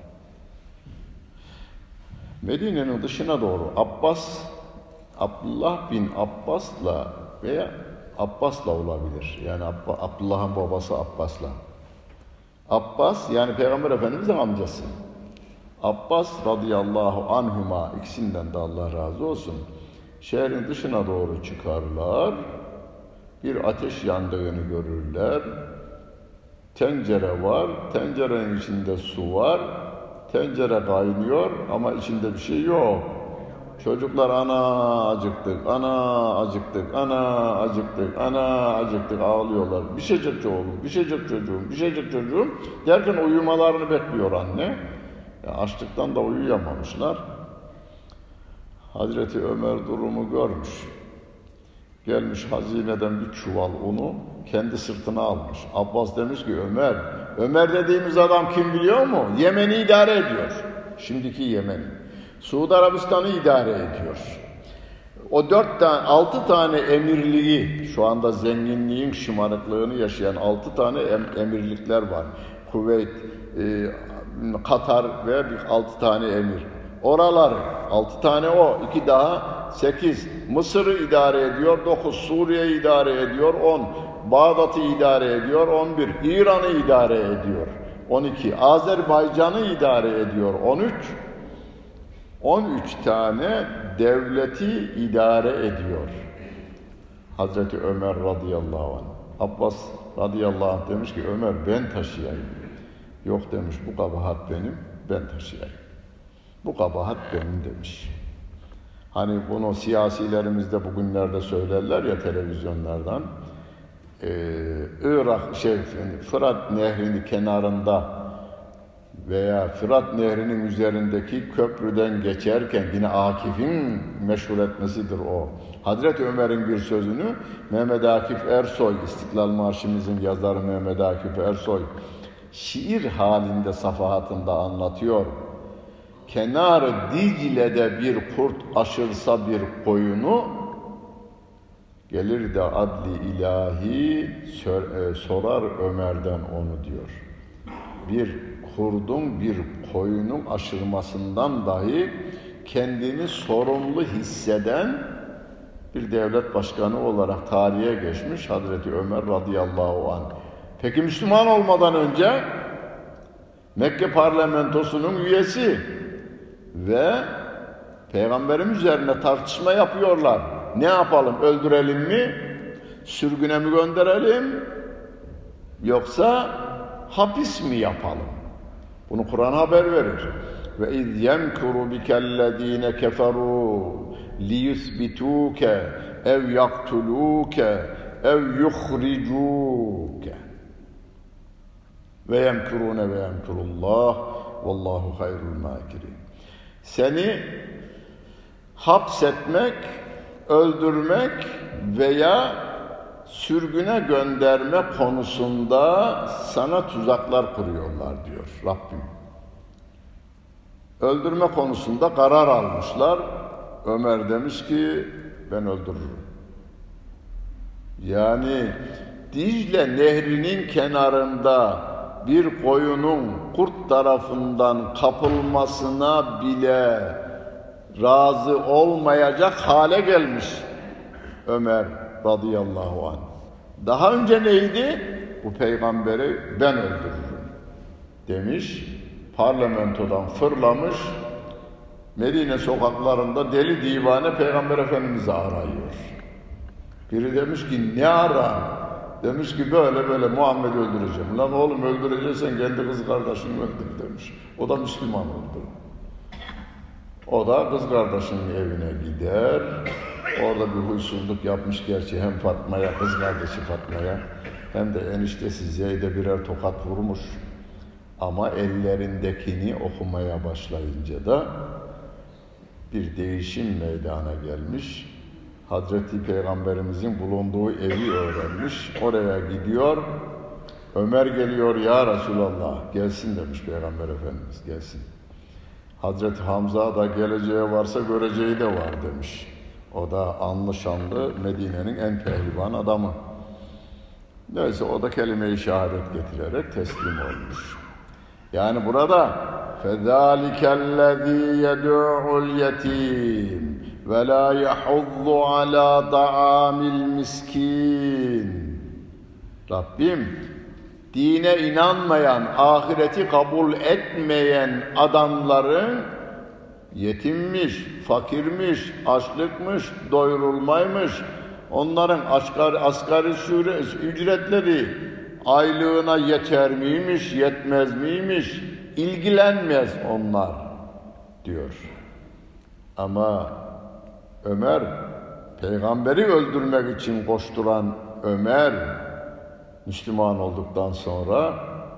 Medine'nin dışına doğru Abdullah bin Abbas'la veya Abbas'la olabilir. Yani Abdullah'ın babası Abbas'la. Abbas yani Peygamber Efendimiz'in amcası. Abbas radıyallahu anhuma, ikisinden de Allah razı olsun. Şehrin dışına doğru çıkarlar. Bir ateş yandığını görürler. Tencere var. Tencerenin içinde su var. Tencere kaynıyor ama içinde bir şey yok. Çocuklar ana acıktık, ana acıktık, ana acıktık, ana acıktık ağlıyorlar. Bir şeycik oğlum, bir şeycik çocuğum, bir şeycik çocuğum derken uyumalarını bekliyor anne. Ya açlıktan da uyuyamamışlar. Hazreti Ömer durumu görmüş. Gelmiş hazineden bir çuval unu kendi sırtına almış. Abbas demiş ki Ömer Ömer dediğimiz adam kim biliyor mu? Yemen'i idare ediyor. Şimdiki Yemen'i. Suudi Arabistan'ı idare ediyor. O 6 tane emirliği, şu anda zenginliğin şımarıklığını yaşayan 6 tane emirlikler var. Kuveyt, Katar ve 6 tane emir. Oraları 6 tane o, 2 daha 8. Mısır'ı idare ediyor 9, Suriye'yi idare ediyor 10, Bağdat'ı idare ediyor 11, İran'ı idare ediyor 12, Azerbaycan'ı idare ediyor 13 tane devleti idare ediyor. Hazreti Ömer radıyallahu anh. Abbas radıyallahu anh demiş ki Ömer ben taşıyayım. Yok demiş bu kabahat benim, ben taşıyayım. Bu kabahat benim demiş. Hani bunu siyasilerimiz de bugünlerde söylerler ya televizyonlardan. Fırat Nehri'nin kenarında veya Fırat Nehri'nin üzerindeki köprüden geçerken yine Akif'in meşhur etmesidir o. Hazreti Ömer'in bir sözünü Mehmet Akif Ersoy, İstiklal Marşımızın yazarı Mehmet Akif Ersoy şiir halinde safahatında anlatıyor. Kenarı Dicle'de bir kurt aşırsa bir koyunu, gelir de adli ilahi sorar Ömer'den onu diyor. Bir kurdun bir koyunun aşırmasından dahi kendini sorumlu hisseden bir devlet başkanı olarak tarihe geçmiş Hazreti Ömer radıyallahu anh. Peki Müslüman olmadan önce Mekke parlamentosunun üyesi ve Peygamberimiz üzerine tartışma yapıyorlar. Ne yapalım? Öldürelim mi? Sürgüne mi gönderelim? Yoksa hapis mi yapalım? Bunu Kur'an haber verir. Ve iz yemkuru bikellezine keferu liyusbituke ev yaktuluke ev yukhricuke ve yemkurune ve yemkurullah vallahu hayrul makirin. Seni hapsetmek, öldürmek veya sürgüne gönderme konusunda sana tuzaklar kuruyorlar diyor Rabbim. Öldürme konusunda karar almışlar. Ömer demiş ki ben öldürürüm. Yani Dicle Nehri'nin kenarında bir koyunun kurt tarafından kapılmasına bile razı olmayacak hale gelmiş Ömer radıyallahu anh. Daha önce neydi? Bu peygamberi ben öldürürüm demiş. Parlamentodan fırlamış. Medine sokaklarında deli divane Peygamber Efendimiz'i arıyor. Biri demiş ki ne ara? Demiş ki böyle böyle Muhammed'i öldüreceğim. Lan oğlum öldüreceksen kendi kız kardeşini öldür demiş. O da Müslüman oldu. O da kız kardeşinin evine gider. Orada bir huysuzluk yapmış gerçi hem Fatma'ya, kız kardeşi Fatma'ya hem de eniştesi Zeyd'e birer tokat vurmuş. Ama ellerindekini okumaya başlayınca da bir değişim meydana gelmiş. Hazreti Peygamberimizin bulunduğu evi öğrenmiş. Oraya gidiyor. Ömer geliyor ya Resulallah. Gelsin demiş Peygamber Efendimiz gelsin. Hazreti Hamza da geleceği varsa göreceği de var demiş. O da anlı şanlı Medine'nin en pehlivan adamı. Neyse o da kelime-i şehadet getirerek teslim olmuş. Yani burada فَذَٰلِكَ الَّذ۪ي يَدُعُ الْيَت۪يمِ وَلَا يَحُضُّ عَلَى طَعَامِ الْمِسْك۪ينِ. Rabbim dine inanmayan, ahireti kabul etmeyen adamların yetimmiş, fakirmiş, açlıkmış, doyurulmaymış, onların asgari ücretleri aylığına yeter miymiş, yetmez miymiş, ilgilenmez onlar diyor. Ama Ömer, peygamberi öldürmek için koşturan Ömer, Müslüman olduktan sonra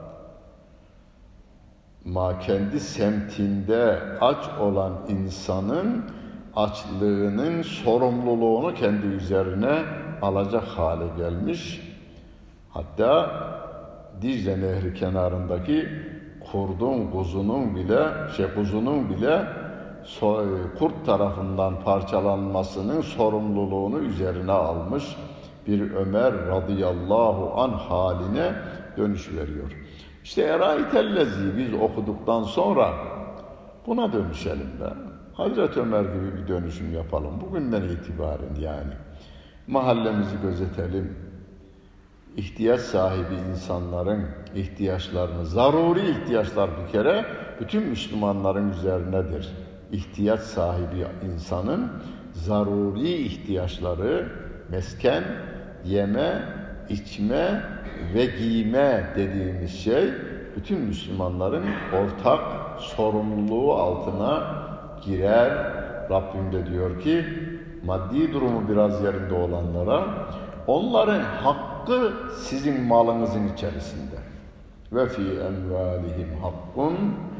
kendi semtinde aç olan insanın açlığının sorumluluğunu kendi üzerine alacak hale gelmiş. Hatta Dicle Nehri kenarındaki kuzunun bile kurt tarafından parçalanmasının sorumluluğunu üzerine almış bir Ömer radıyallahu anh haline dönüş veriyor. İşte Eraitellezi biz okuduktan sonra buna dönüşelim be. Hazreti Ömer gibi bir dönüşüm yapalım. Bugünden itibaren yani. Mahallemizi gözetelim. İhtiyaç sahibi insanların ihtiyaçlarını, zaruri ihtiyaçlar bir kere bütün Müslümanların üzerinedir. İhtiyaç sahibi insanın zaruri ihtiyaçları, mesken, yeme, içme ve giyme dediğimiz şey bütün Müslümanların ortak sorumluluğu altına girer. Rabbim de diyor ki maddi durumu biraz yerinde olanlara onların hakkı sizin malınızın içerisinde. Ve fi envalihim hakkun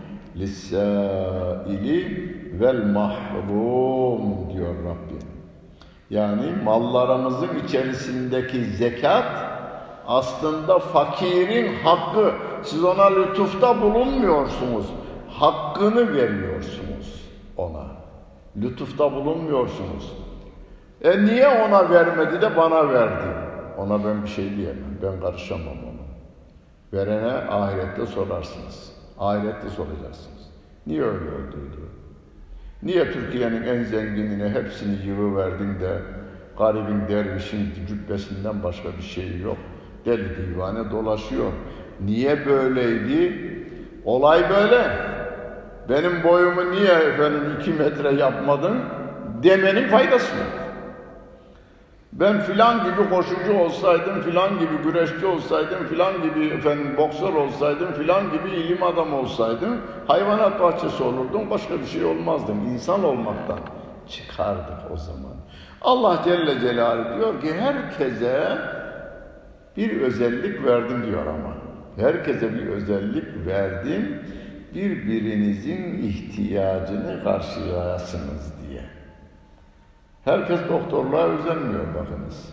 lis-sâili vel mahrum diyor Rabbim. Yani mallarımızın içerisindeki zekat aslında fakirin hakkı. Siz ona lütufta bulunmuyorsunuz. Hakkını veriyorsunuz ona. Lütufta bulunmuyorsunuz. Niye ona vermedi de bana verdi? Ona ben bir şey diyemem. Ben karışamam ona. Verene ahirette sorarsınız. Ahirette soracaksınız. Niye öyle oldu diyor. Niye Türkiye'nin en zenginine hepsini yığıverdin de garibin dervişin cübbesinden başka bir şey yok. Deli divane dolaşıyor. Niye böyleydi? Olay böyle. Benim boyumu niye 2 metre yapmadın demenin faydası yok. Ben filan gibi koşucu olsaydım, filan gibi güreşçi olsaydım, filan gibi boksör olsaydım, filan gibi ilim adamı olsaydım, hayvanat bahçesi olurdum, başka bir şey olmazdım. İnsan olmaktan çıkardık o zaman. Allah Celle Celaluhu diyor ki herkese bir özellik verdim diyor ama. Herkese bir özellik verdim, birbirinizin ihtiyacını karşılayasınız diye. Herkes doktorluğa özenmiyor bakınız.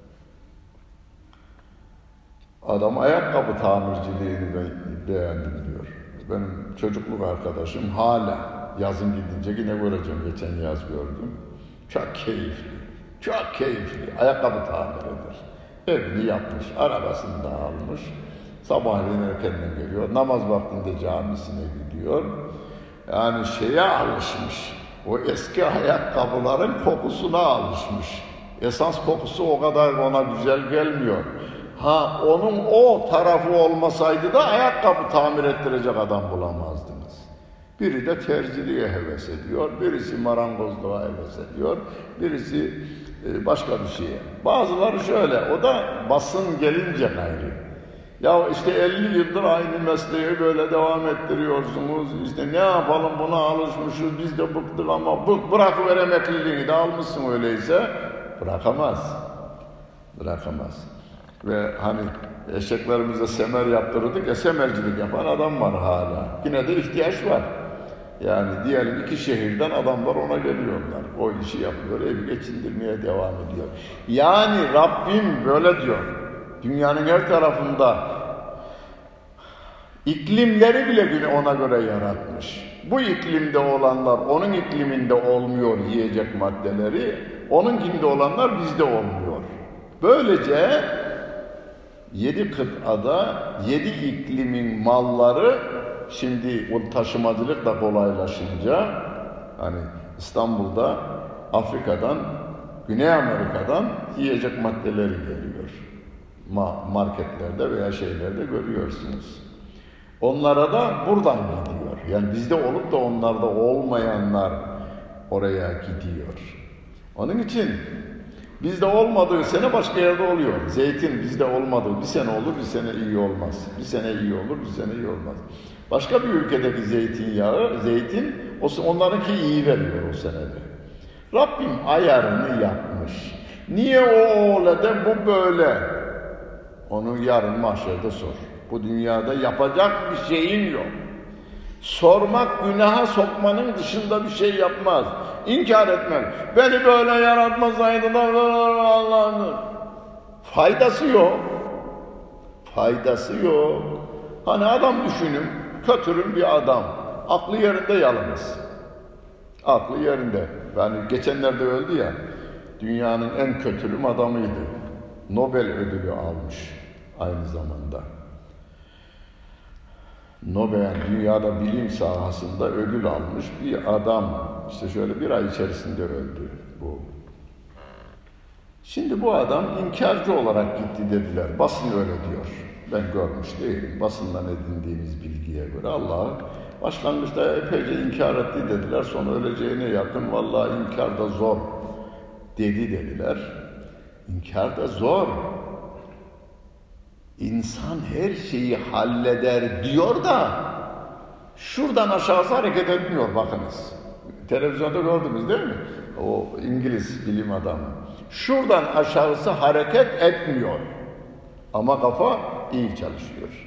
Adam ayakkabı tamirciliğini beğendim diyor. Benim çocukluk arkadaşım hala yazın gidince yine göreceğim. Geçen yaz gördüm. Çok keyifli. Çok keyifli. Ayakkabı tamir eder. Evini yapmış. Arabasını da almış. Sabahleyin erkenden geliyor. Namaz vaktinde camisine gidiyor. Yani şeye alışmış. O eski ayakkabıların kokusuna alışmış. Esas kokusu o kadar ona güzel gelmiyor. Onun o tarafı olmasaydı da ayakkabı tamir ettirecek adam bulamazdınız. Biri de terziliğe heves ediyor, birisi marangozluğa heves ediyor, birisi başka bir şeye. Bazıları şöyle, o da basın gelince gayrı. Ya işte 50 yıldır aynı mesleği böyle devam ettiriyorsunuz. İşte ne yapalım buna alışmışız biz de bıktık ama bırakıver emekliliğini de almışsın öyleyse. Bırakamaz. Bırakamaz. Ve hani eşeklerimize semer yaptırırdık semercilik yapan adam var hala. Yine de ihtiyaç var. Yani diyelim 2 şehirden adamlar ona geliyorlar. O işi yapıyor, evi geçindirmeye devam ediyor. Yani Rabbim böyle diyor. Dünyanın her tarafında iklimleri bile ona göre yaratmış. Bu iklimde olanlar onun ikliminde olmuyor yiyecek maddeleri, onunkinde olanlar bizde olmuyor. Böylece 7 kıtada 7 iklimin malları şimdi o taşımacılık da kolaylaşınca hani İstanbul'da Afrika'dan, Güney Amerika'dan yiyecek maddeleri geliyor. Marketlerde veya şeylerde görüyorsunuz. Onlara da buradan gidiyor. Yani bizde olup da onlarda olmayanlar oraya gidiyor. Onun için bizde olmadığı sene başka yerde oluyor. Zeytin bizde olmadığı bir sene olur, bir sene iyi olmaz. Bir sene iyi olur, bir sene iyi olmaz. Başka bir ülkedeki zeytin onlarınki iyi veriyor o senede. Rabbim ayarını yapmış. Niye o öyle de bu böyle? Onu yarın mahşerde sor. Bu dünyada yapacak bir şeyin yok. Sormak günaha sokmanın dışında bir şey yapmaz. İnkar etmem. Beni böyle yaratmasaydı da Allah'ın faydası yok. Faydası yok. Hani adam düşünün, kötürüm bir adam. Aklı yerinde yalnız. Aklı yerinde. Yani geçenlerde öldü ya, dünyanın en kötürüm adamıydı. Nobel ödülü almış aynı zamanda. Nobel dünyada bilim sahasında ödül almış bir adam. İşte şöyle bir ay içerisinde öldü bu. Şimdi bu adam inkarcı olarak gitti dediler. Basın öyle diyor. Ben görmüş değilim. Basından edindiğimiz bilgiye göre Allah'ı başlangıçta epeyce inkar etti dediler. Sonra öleceğine yakın vallahi inkar da zor dediler. İnkar da zor. İnsan her şeyi halleder diyor da şuradan aşağısı hareket etmiyor bakınız. Televizyonda gördünüz değil mi? O İngiliz bilim adamı. Şuradan aşağısı hareket etmiyor. Ama kafa iyi çalışıyor.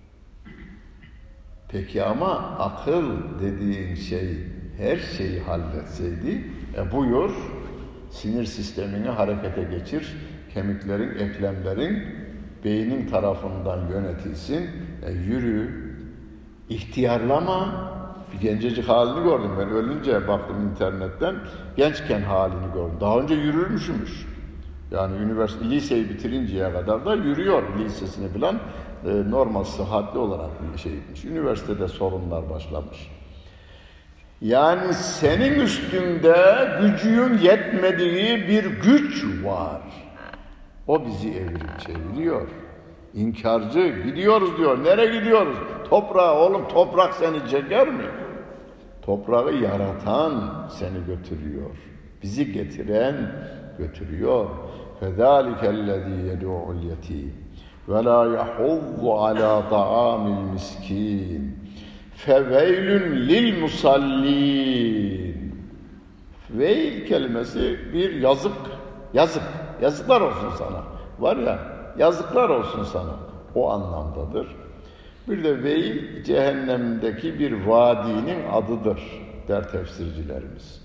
Peki ama akıl dediğin şey her şeyi halletseydi, buyur sinir sistemini harekete geçir, kemiklerin, eklemlerin beynin tarafından yönetilsin, yürü, ihtiyarlama. Bir gencecik halini gördüm ben, ölünce baktım internetten, gençken halini gördüm. Daha önce yürürmüşmüş. Yani liseyi bitirinceye kadar da yürüyor, lisesini falan normal, sıhhatli olarak bir şeymiş. Üniversitede sorunlar başlamış. Yani senin üstünde gücün yetmediği bir güç var. O bizi evirip çeviriyor. İnkarcı, gidiyoruz diyor. Nereye gidiyoruz? Toprağa, oğlum toprak seni çeker mi? Toprağı yaratan seni götürüyor. Bizi getiren götürüyor. فَذَٰلِكَ الَّذ۪ي يَدُعُ الْيَت۪يمِ وَلَا يَحُضُّ عَلَى طَعَامِ الْمِسْك۪ينِ فَوَيْلٌ لِلْمُصَلِّينَ. Veil kelimesi bir yazık. Yazıklar olsun sana. Var ya, yazıklar olsun sana. O anlamdadır. Bir de veil cehennemdeki bir vadinin adıdır der tefsircilerimiz.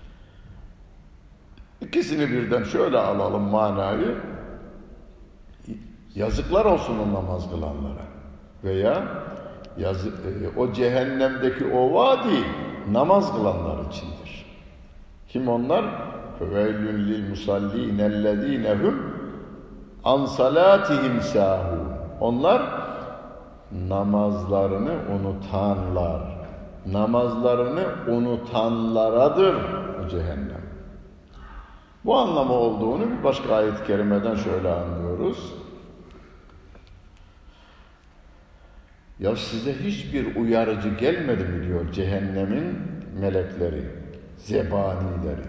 İkisini birden şöyle alalım manayı. Yazıklar olsun o namaz kılanlara. Veya o cehennemdeki o vadi namaz kılanlar içindir. Kim onlar? فَوَيْلٌ لِلْمُسَلِّينَ الَّذ۪ينَ هُمْ عَنْ صَلَاتِهِمْ سَاهُونَ. Onlar namazlarını unutanlar. Namazlarını unutanlaradır bu cehennem. Bu anlamı olduğunu bir başka ayet-i kerimeden şöyle anlıyoruz. Ya size hiçbir uyarıcı gelmedi mi diyor cehennemin melekleri, zebanileri.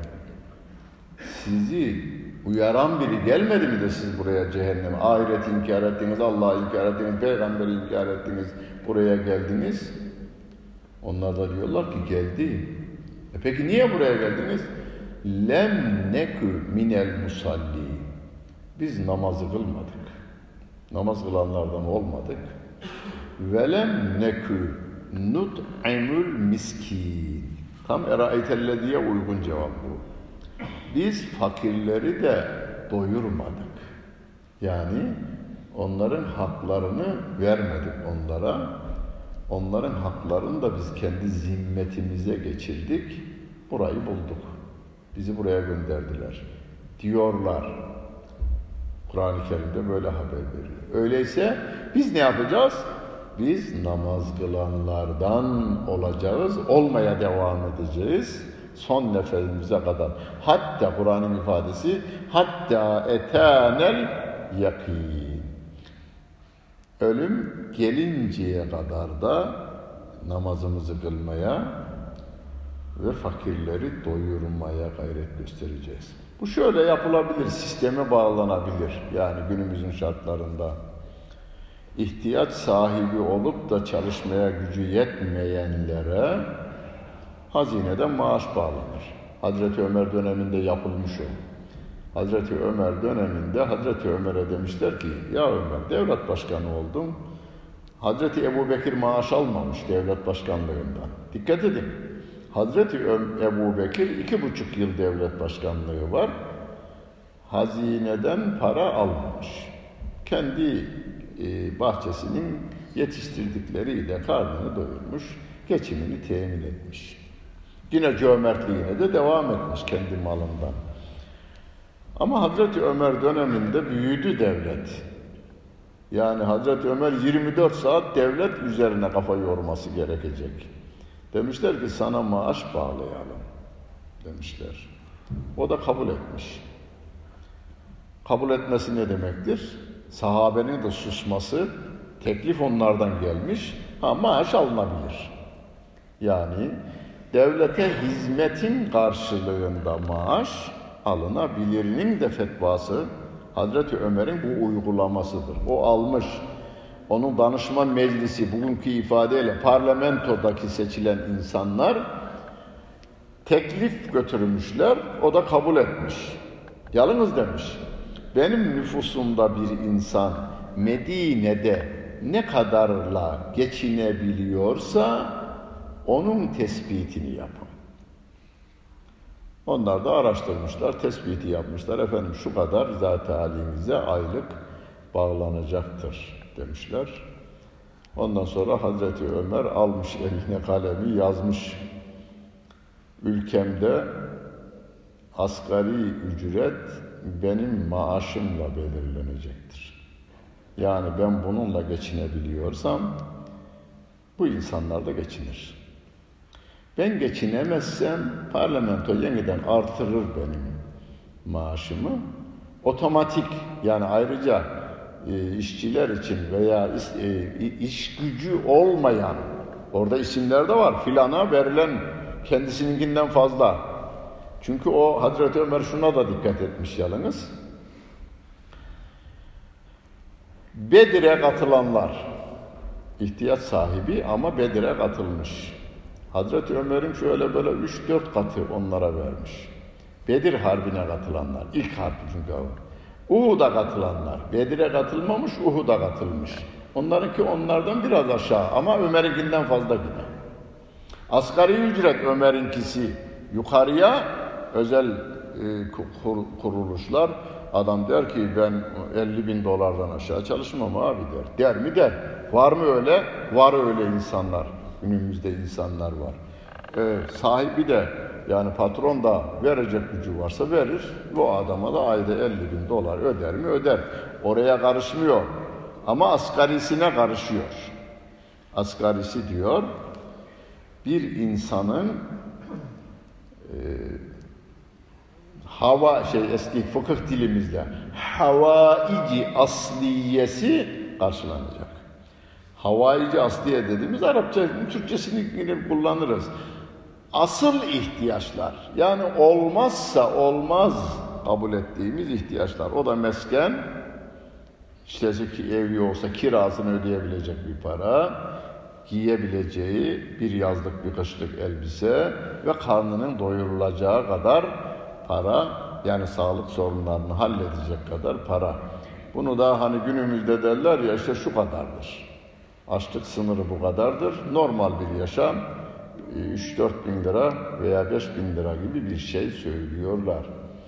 Sizi uyaran biri gelmedi mi de siz buraya cehenneme, ahireti inkar ettiniz, Allah'ı inkar ettiniz, peygamberi inkar ettiniz, buraya geldiniz. Onlar da diyorlar ki geldi. Peki niye buraya geldiniz? Lem nekü minel musalli. Biz namazı kılmadık. Namaz kılanlardan olmadık. Velem nekü nut'imul miskin. Tam eraeytellezîye uygun cevap bu. Biz fakirleri de doyurmadık. Yani onların haklarını vermedik onlara. Onların haklarını da biz kendi zimmetimize geçirdik. Burayı bulduk. Bizi buraya gönderdiler diyorlar. Kur'an-ı Kerim'de böyle haber veriyor. Öyleyse biz ne yapacağız? Biz namaz kılanlardan olacağız, olmaya devam edeceğiz. Son nefesimize kadar. Hatta Kur'an'ın ifadesi hatta etanel yakin. Ölüm gelinceye kadar da namazımızı kılmaya ve fakirleri doyurmaya gayret göstereceğiz. Bu şöyle yapılabilir, sisteme bağlanabilir. Yani günümüzün şartlarında ihtiyaç sahibi olup da çalışmaya gücü yetmeyenlere hazineden maaş bağlanır. Hazreti Ömer döneminde yapılmış o. Hazreti Ömer döneminde Hazreti Ömer'e demişler ki ya Ömer devlet başkanı oldun. Hazreti Ebubekir maaş almamış devlet başkanlığından. Dikkat edin. Hazreti Ebubekir 2,5 yıl devlet başkanlığı var. Hazineden para almamış. Kendi bahçesinin yetiştirdikleriyle karnını doyurmuş, geçimini temin etmiş. Yine cömertliğine de devam etmiş kendi malından. Ama Hazreti Ömer döneminde büyüdü devlet. Yani Hazreti Ömer 24 saat devlet üzerine kafa yorması gerekecek. Demişler ki sana maaş bağlayalım demişler. O da kabul etmiş. Kabul etmesi ne demektir? Sahabenin de susması, teklif onlardan gelmiş, maaş alınabilir. Yani devlete hizmetin karşılığında maaş alınabilirinin de fetvası Hazreti Ömer'in bu uygulamasıdır. O almış, onun danışman meclisi, bugünkü ifadeyle parlamentodaki seçilen insanlar teklif götürmüşler, o da kabul etmiş. Yalnız demiş, benim nüfusumda bir insan Medine'de ne kadarla geçinebiliyorsa onun tespitini yapın. Onlar da araştırmışlar, tespiti yapmışlar. Efendim şu kadar zat-ı halinize aylık bağlanacaktır demişler. Ondan sonra Hazreti Ömer almış eline kalemi yazmış. Ülkemde asgari ücret benim maaşımla belirlenecektir. Yani ben bununla geçinebiliyorsam bu insanlar da geçinir. Ben geçinemezsem parlamento yeniden artırır benim maaşımı. Otomatik, yani ayrıca işçiler için veya iş gücü olmayan, orada isimler de var, filana verilen kendisininkinden fazla. Çünkü o Hazreti Ömer şuna da dikkat etmiş yalnız. Bedir'e katılanlar, ihtiyaç sahibi ama Bedir'e katılmış. Hazreti Ömer'in şöyle böyle 3-4 katı onlara vermiş. Bedir Harbi'ne katılanlar, ilk harp çünkü o. Uhud'a katılanlar, Bedir'e katılmamış, Uhud'a katılmış. Onlarınki onlardan biraz aşağı ama Ömer'inkinden fazla yine. Asgari ücret Ömer'inkisi yukarıya, özel kuruluşlar, adam der ki ben 50.000 dolardan aşağı çalışmam abi der. Der mi der. Var mı öyle? Var öyle insanlar. Günümüzde insanlar var. Sahibi de, yani patron da verecek gücü varsa verir. Bu adama da ayda 50.000 dolar öder mi? Öder. Oraya karışmıyor. Ama asgarisine karışıyor. Asgarisi diyor, bir insanın eski fıkıh dilimizde havaici asliyesi karşılanacak. Havaici asliye dediğimiz Arapça, Türkçesini kullanırız. Asıl ihtiyaçlar, yani olmazsa olmaz kabul ettiğimiz ihtiyaçlar. O da mesken, işte evi olsa kirasını ödeyebilecek bir para, giyebileceği bir yazlık bir kışlık elbise ve karnının doyurulacağı kadar para, yani sağlık sorunlarını halledecek kadar para. Bunu da hani günümüzde derler ya, işte şu kadardır. Açlık sınırı bu kadardır. Normal bir yaşam 3-4 bin lira veya 5 bin lira gibi bir şey söylüyorlar.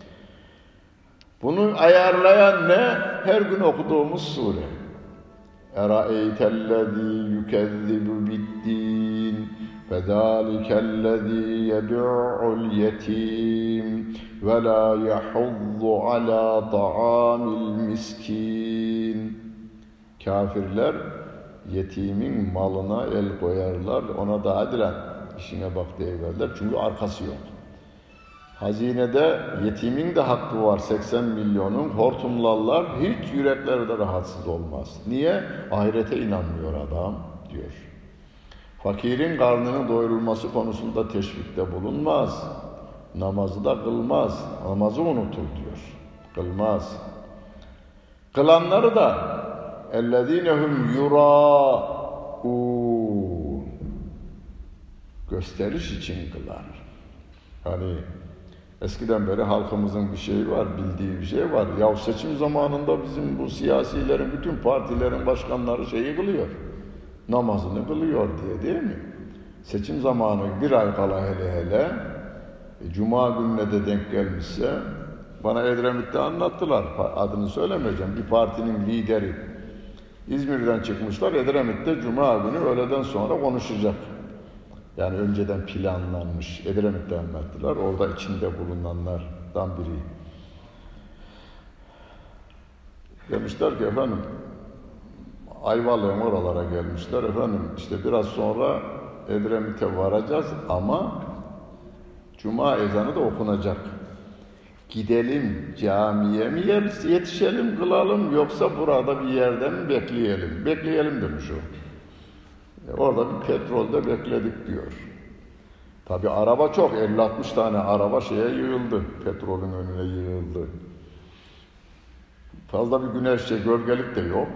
Bunu ayarlayan ne? Her gün okuduğumuz sure. Eraeytellezî yükezzibu biddin fezâlikellezî yed'u'ul yetim ve lâ yahuddu alâ ta'âmil miskin. Kafirler yetimin malına el koyarlar, ona da adilen işine bak deyiverler. Çünkü arkası yok. Hazinede yetimin de hakkı var, 80 milyonun, hortumlarlar, hiç yürekleri de rahatsız olmaz. Niye? Ahirete inanmıyor adam diyor. Fakirin karnının doyurulması konusunda teşvikte bulunmaz. Namazı da kılmaz. Namazı unutur diyor. Kılmaz. Kılanları da اَلَّذ۪ينَهُمْ يُرَاءُونَ gösteriş için kılar. Hani eskiden beri halkımızın bir şeyi var, bildiği bir şey var. Ya seçim zamanında bizim bu siyasilerin, bütün partilerin başkanları şeyi kılıyor. Namazını kılıyor diye, değil mi? Seçim zamanı bir ay kala hele Cuma gününe de denk gelmişse, bana Edremit'te anlattılar, adını söylemeyeceğim, bir partinin lideri İzmir'den çıkmışlar, Edremit'te Cuma günü öğleden sonra konuşacak. Yani önceden planlanmış. Edremit'te anlattılar. Orada içinde bulunanlardan biri. Demişler ki efendim, Ayvalık'ın oralara gelmişler. Efendim işte biraz sonra Edremit'e varacağız ama Cuma ezanı da okunacak. Gidelim camiye mi yetişelim, kılalım yoksa burada bir yerde mi bekleyelim? Bekleyelim demiş o. Orada bir petrolde bekledik diyor. Tabi araba çok, 50-60 tane araba şeye yığıldı. Petrolün önüne yığıldı. Fazla bir güneşçe gölgelik de yok.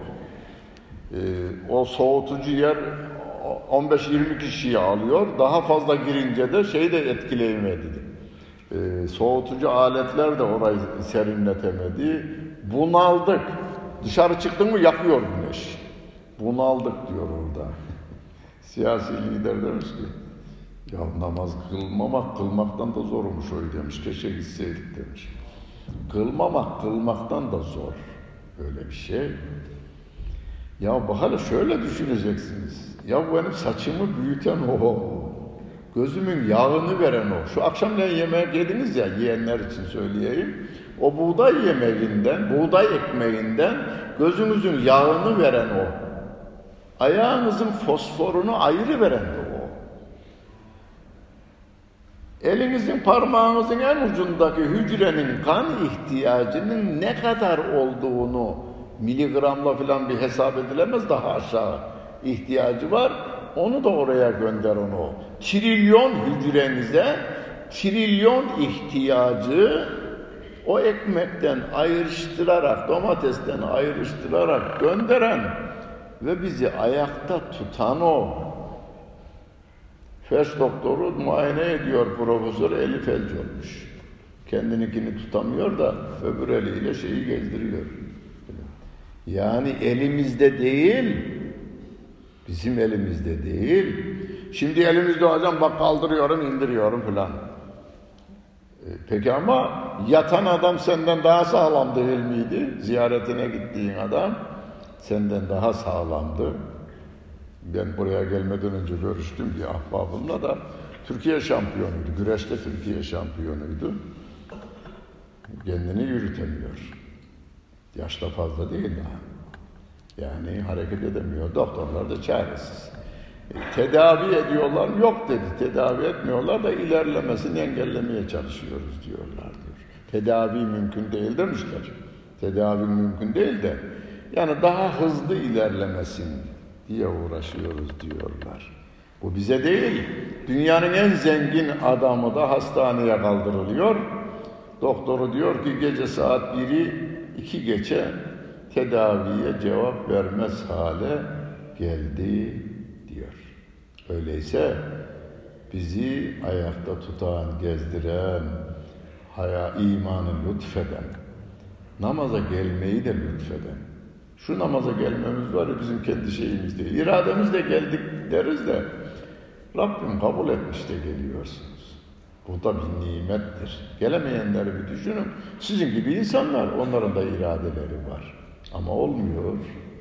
O soğutucu yer 15-20 kişiyi alıyor. Daha fazla girince de şey de etkileyemedi. Soğutucu aletler de orayı serinletemedi. Bunaldık. Dışarı çıktın mı yakıyor güneş. Bunaldık diyor orada. Siyasi lider demiş ki, ya namaz kılmamak kılmaktan da zormuş o demiş. Keşke gitseydik demiş. Kılmamak kılmaktan da zor. Öyle bir şey. Ya bak hele şöyle düşüneceksiniz. Ya benim saçımı büyüten o. Gözümün yağını veren o. Şu akşamleyin yemek yediniz ya, yiyenler için söyleyeyim. O buğday yemeğinden, buğday ekmeğinden gözünüzün yağını veren o. Ayağınızın fosforunu ayrı veren de o. Elinizin parmağınızın en ucundaki hücrenin kan ihtiyacının ne kadar olduğunu miligramla falan bir hesap edilemez, daha aşağı ihtiyacı var. Onu da oraya gönder onu. Trilyon hücrenize, trilyon ihtiyacı o ekmekten ayrıştırarak, domatesten ayrıştırarak gönderen ve bizi ayakta tutan o. Felç doktoru muayene ediyor, profesör eli felç olmuş. Kendininkini tutamıyor da öbür eliyle şeyi gezdiriyor. Yani elimizde değil, bizim elimizde değil. Şimdi elimizde hocam bak kaldırıyorum, indiriyorum falan. Peki ama yatan adam senden daha sağlam değil miydi? Ziyaretine gittiğin adam senden daha sağlamdı. Ben buraya gelmeden önce görüştüm bir ahbabımla da Türkiye şampiyonuydu. Güreşte Türkiye şampiyonuydu. Kendini yürütemiyor. Yaşta fazla değil daha. Yani hareket edemiyor. Doktorlar da çaresiz. Tedavi ediyorlar. Yok dedi. Tedavi etmiyorlar da ilerlemesini engellemeye çalışıyoruz diyorlar diyor. Tedavi mümkün değil demişler. Tedavi mümkün değil de yani daha hızlı ilerlemesin diye uğraşıyoruz diyorlar. Bu bize değil. Dünyanın en zengin adamı da hastaneye kaldırılıyor. Doktoru diyor ki gece saat 1'i 2 geçe tedaviye cevap vermez hale geldi diyor. Öyleyse bizi ayakta tutan, gezdiren, imanı lütfeden, namaza gelmeyi de lütfeden. Şu namaza gelmemiz var ya bizim kendi şeyimiz değil. İrademizle geldik deriz de Rabbim kabul etmiş de geliyorsunuz. Bu da bir nimettir. Gelemeyenleri bir düşünün. Sizin gibi insanlar, onların da iradeleri var. Ama olmuyor.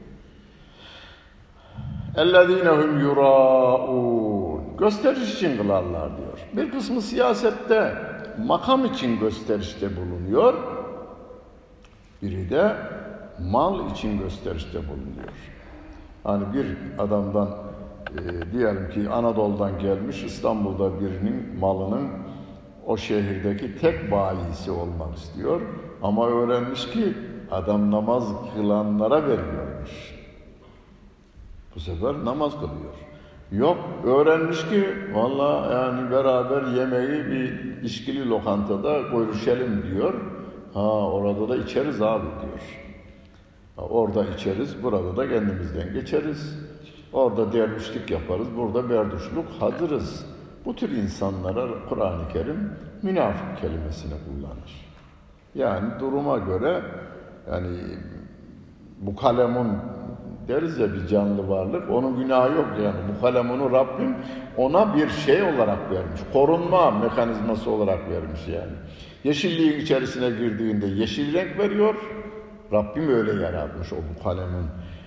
اَلَّذ۪ينَ هُمْ يُرَاءُونَ Gösteriş için kılarlar diyor. Bir kısmı siyasette makam için gösterişte bulunuyor. Biri de mal için gösterişte bulunuyor. Hani bir adamdan diyelim ki Anadolu'dan gelmiş İstanbul'da birinin malının o şehirdeki tek bayisi olmak istiyor. Ama öğrenmiş ki adam namaz kılanlara veriyormuş. Bu sefer namaz kılıyor. Yok, öğrenmiş ki vallahi yani beraber yemeği bir içkili lokantada görüşelim diyor. Orada da içeriz abi diyor. Orada içeriz, burada da kendimizden geçeriz. Orada dervişlik yaparız, burada berduşluk hazırız. Bu tür insanlara Kur'an-ı Kerim münafık kelimesini kullanır. Yani duruma göre yani bu kalemun deriz ya bir canlı varlık, onun günahı yok yani. Bu kalemunu Rabbim ona bir şey olarak vermiş, korunma mekanizması olarak vermiş yani. Yeşilliğin içerisine girdiğinde yeşil renk veriyor, Rabbim öyle yaratmış o bu kalemin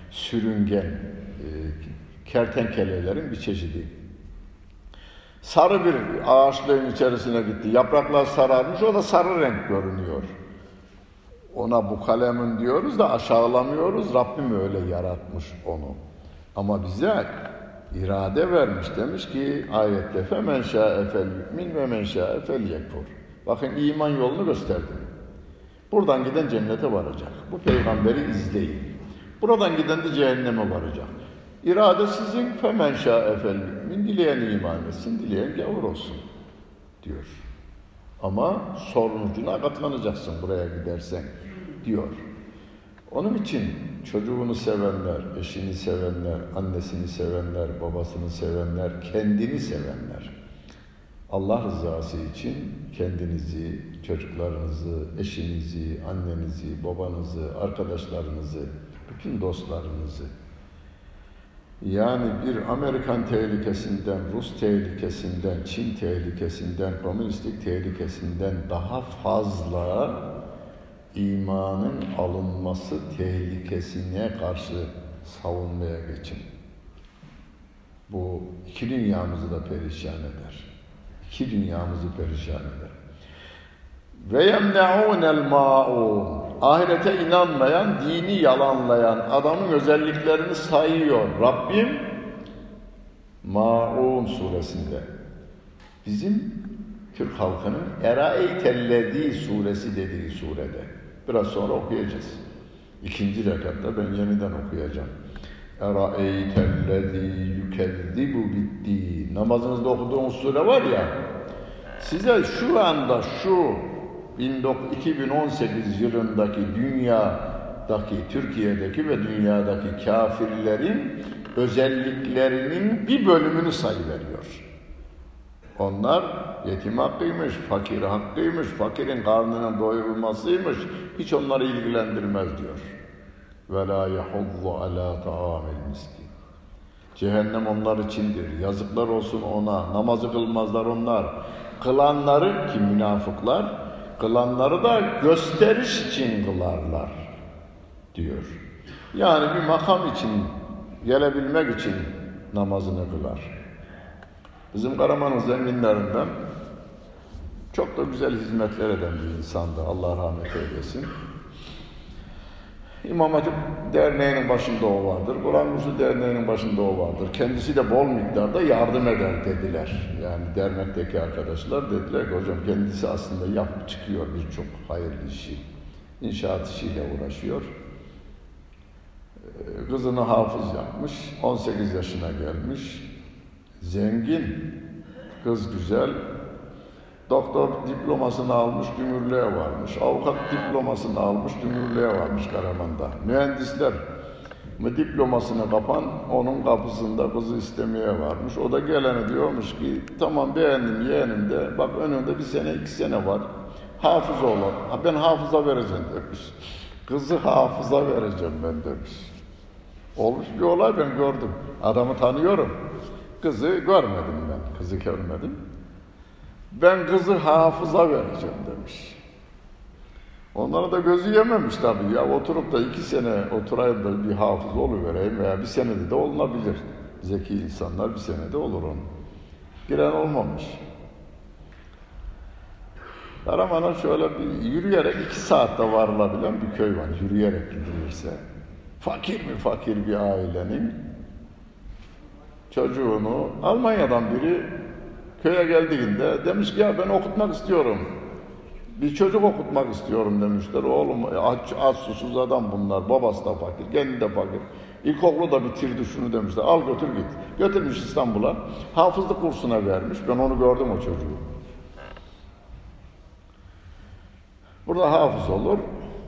sürüngen kertenkelelerin bir çeşidi. Sarı bir ağaçlığın içerisine gitti. Yapraklar sararmış, o da sarı renk görünüyor. Ona bu kalemin diyoruz da aşağılamıyoruz. Rabbim öyle yaratmış onu. Ama bize irade vermiş. Demiş ki ayette فَمَنْ شَاءَ فَلْيُؤْمِنْ وَمَنْ شَاءَ فَلْيَكْفُرْ. Bakın iman yolunu gösterdim. Buradan giden cennete varacak. Bu peygamberi izleyin. Buradan giden de cehenneme varacak. İrade sizin فَمَنْ شَاءَ فَلْيُؤْمِنْ. Dileyen iman etsin, dileyen gavur olsun diyor. Ama sonucuna katlanacaksın buraya gidersen diyor. Onun için çocuğunu sevenler, eşini sevenler, annesini sevenler, babasını sevenler, kendini sevenler, Allah rızası için kendinizi, çocuklarınızı, eşinizi, annenizi, babanızı, arkadaşlarınızı, bütün dostlarınızı, yani bir Amerikan tehlikesinden, Rus tehlikesinden, Çin tehlikesinden, komünistlik tehlikesinden daha fazla imanın alınması tehlikesine karşı savunmaya geçin. Bu iki dünyamızı da perişan eder. İki dünyamızı perişan eder. Ve yemne'ûnel mâ'ûn. Ahirete inanmayan, dini yalanlayan adamın özelliklerini sayıyor Rabbim Ma'un suresinde. Bizim Türk halkının Eraeytellezî suresi dediği surede. Biraz sonra okuyacağız. İkinci rekatta ben yeniden okuyacağım. Eraeytellezî yükezzibu biddîn. Namazınızda okuduğunuz sure var ya, size şu anda şu 2018 yılındaki dünyadaki, Türkiye'deki ve dünyadaki kafirlerin özelliklerinin bir bölümünü sayıveriyor. Onlar yetim hakkıymış, fakir hakkıymış, fakirin karnının doyurulmasıymış, hiç onları ilgilendirmez diyor. وَلَا يَحُضُّ عَلَى طَعَامِ الْمِسْكِينِ. Cehennem onlar içindir, yazıklar olsun ona, namazı kılmazlar onlar. Kılanları ki münafıklar, kılanları da gösteriş için kılarlar diyor. Yani bir makam için, gelebilmek için namazını kılar. Bizim Karaman'ın zenginlerinden çok da güzel hizmetler eden bir insandı. Allah rahmet eylesin. İmam Hatip Derneği'nin başında o vardır. Kur'an Kursu Derneği'nin başında o vardır. Kendisi de bol miktarda yardım eder dediler. Yani dernekteki arkadaşlar dediler ki hocam kendisi aslında yapıp çıkıyor birçok hayırlı işi. İnşaat işiyle uğraşıyor. Kızını hafız yapmış. 18 yaşına gelmiş. Zengin. Kız güzel. Doktor diplomasını almış, Gümrüğe varmış. Avukat diplomasını almış, Gümrüğe varmış Karaman'da. Mühendisler diplomasını kapan, onun kapısında kızı istemeye varmış. O da gelene diyormuş ki, tamam beğendim yeğenim de, bak önünde 1 sene 2 sene var. Hafız oğlan, ben hafıza vereceğim demiş. Kızı hafıza vereceğim ben demiş. Olmuş bir olay ben gördüm. Adamı tanıyorum. Kızı görmedim ben, kızı görmedim. Ben kızı hafıza vereceğim demiş. Onlara da gözü yememiş tabii ya. Oturup da 2 sene oturayım da bir hafız oluvereyim veya 1 senede de olunabilir. Zeki insanlar 1 senede olur onun. Giren olmamış. Karaman'a şöyle bir yürüyerek 2 saatte varılabilen bir köy var. Yürüyerek gidilirse. Fakir bir ailenin çocuğunu Almanya'dan biri köye geldiğinde demiş ki ya ben okutmak istiyorum. Bir çocuk okutmak istiyorum demişler. Oğlum aç susuz adam bunlar. Babası da fakir, kendi de fakir. İlkokulu da bitirdi şunu demişler. Al götür git. Götürmüş İstanbul'a. Hafızlık kursuna vermiş. Ben onu gördüm o çocuğu. Burada hafız olur.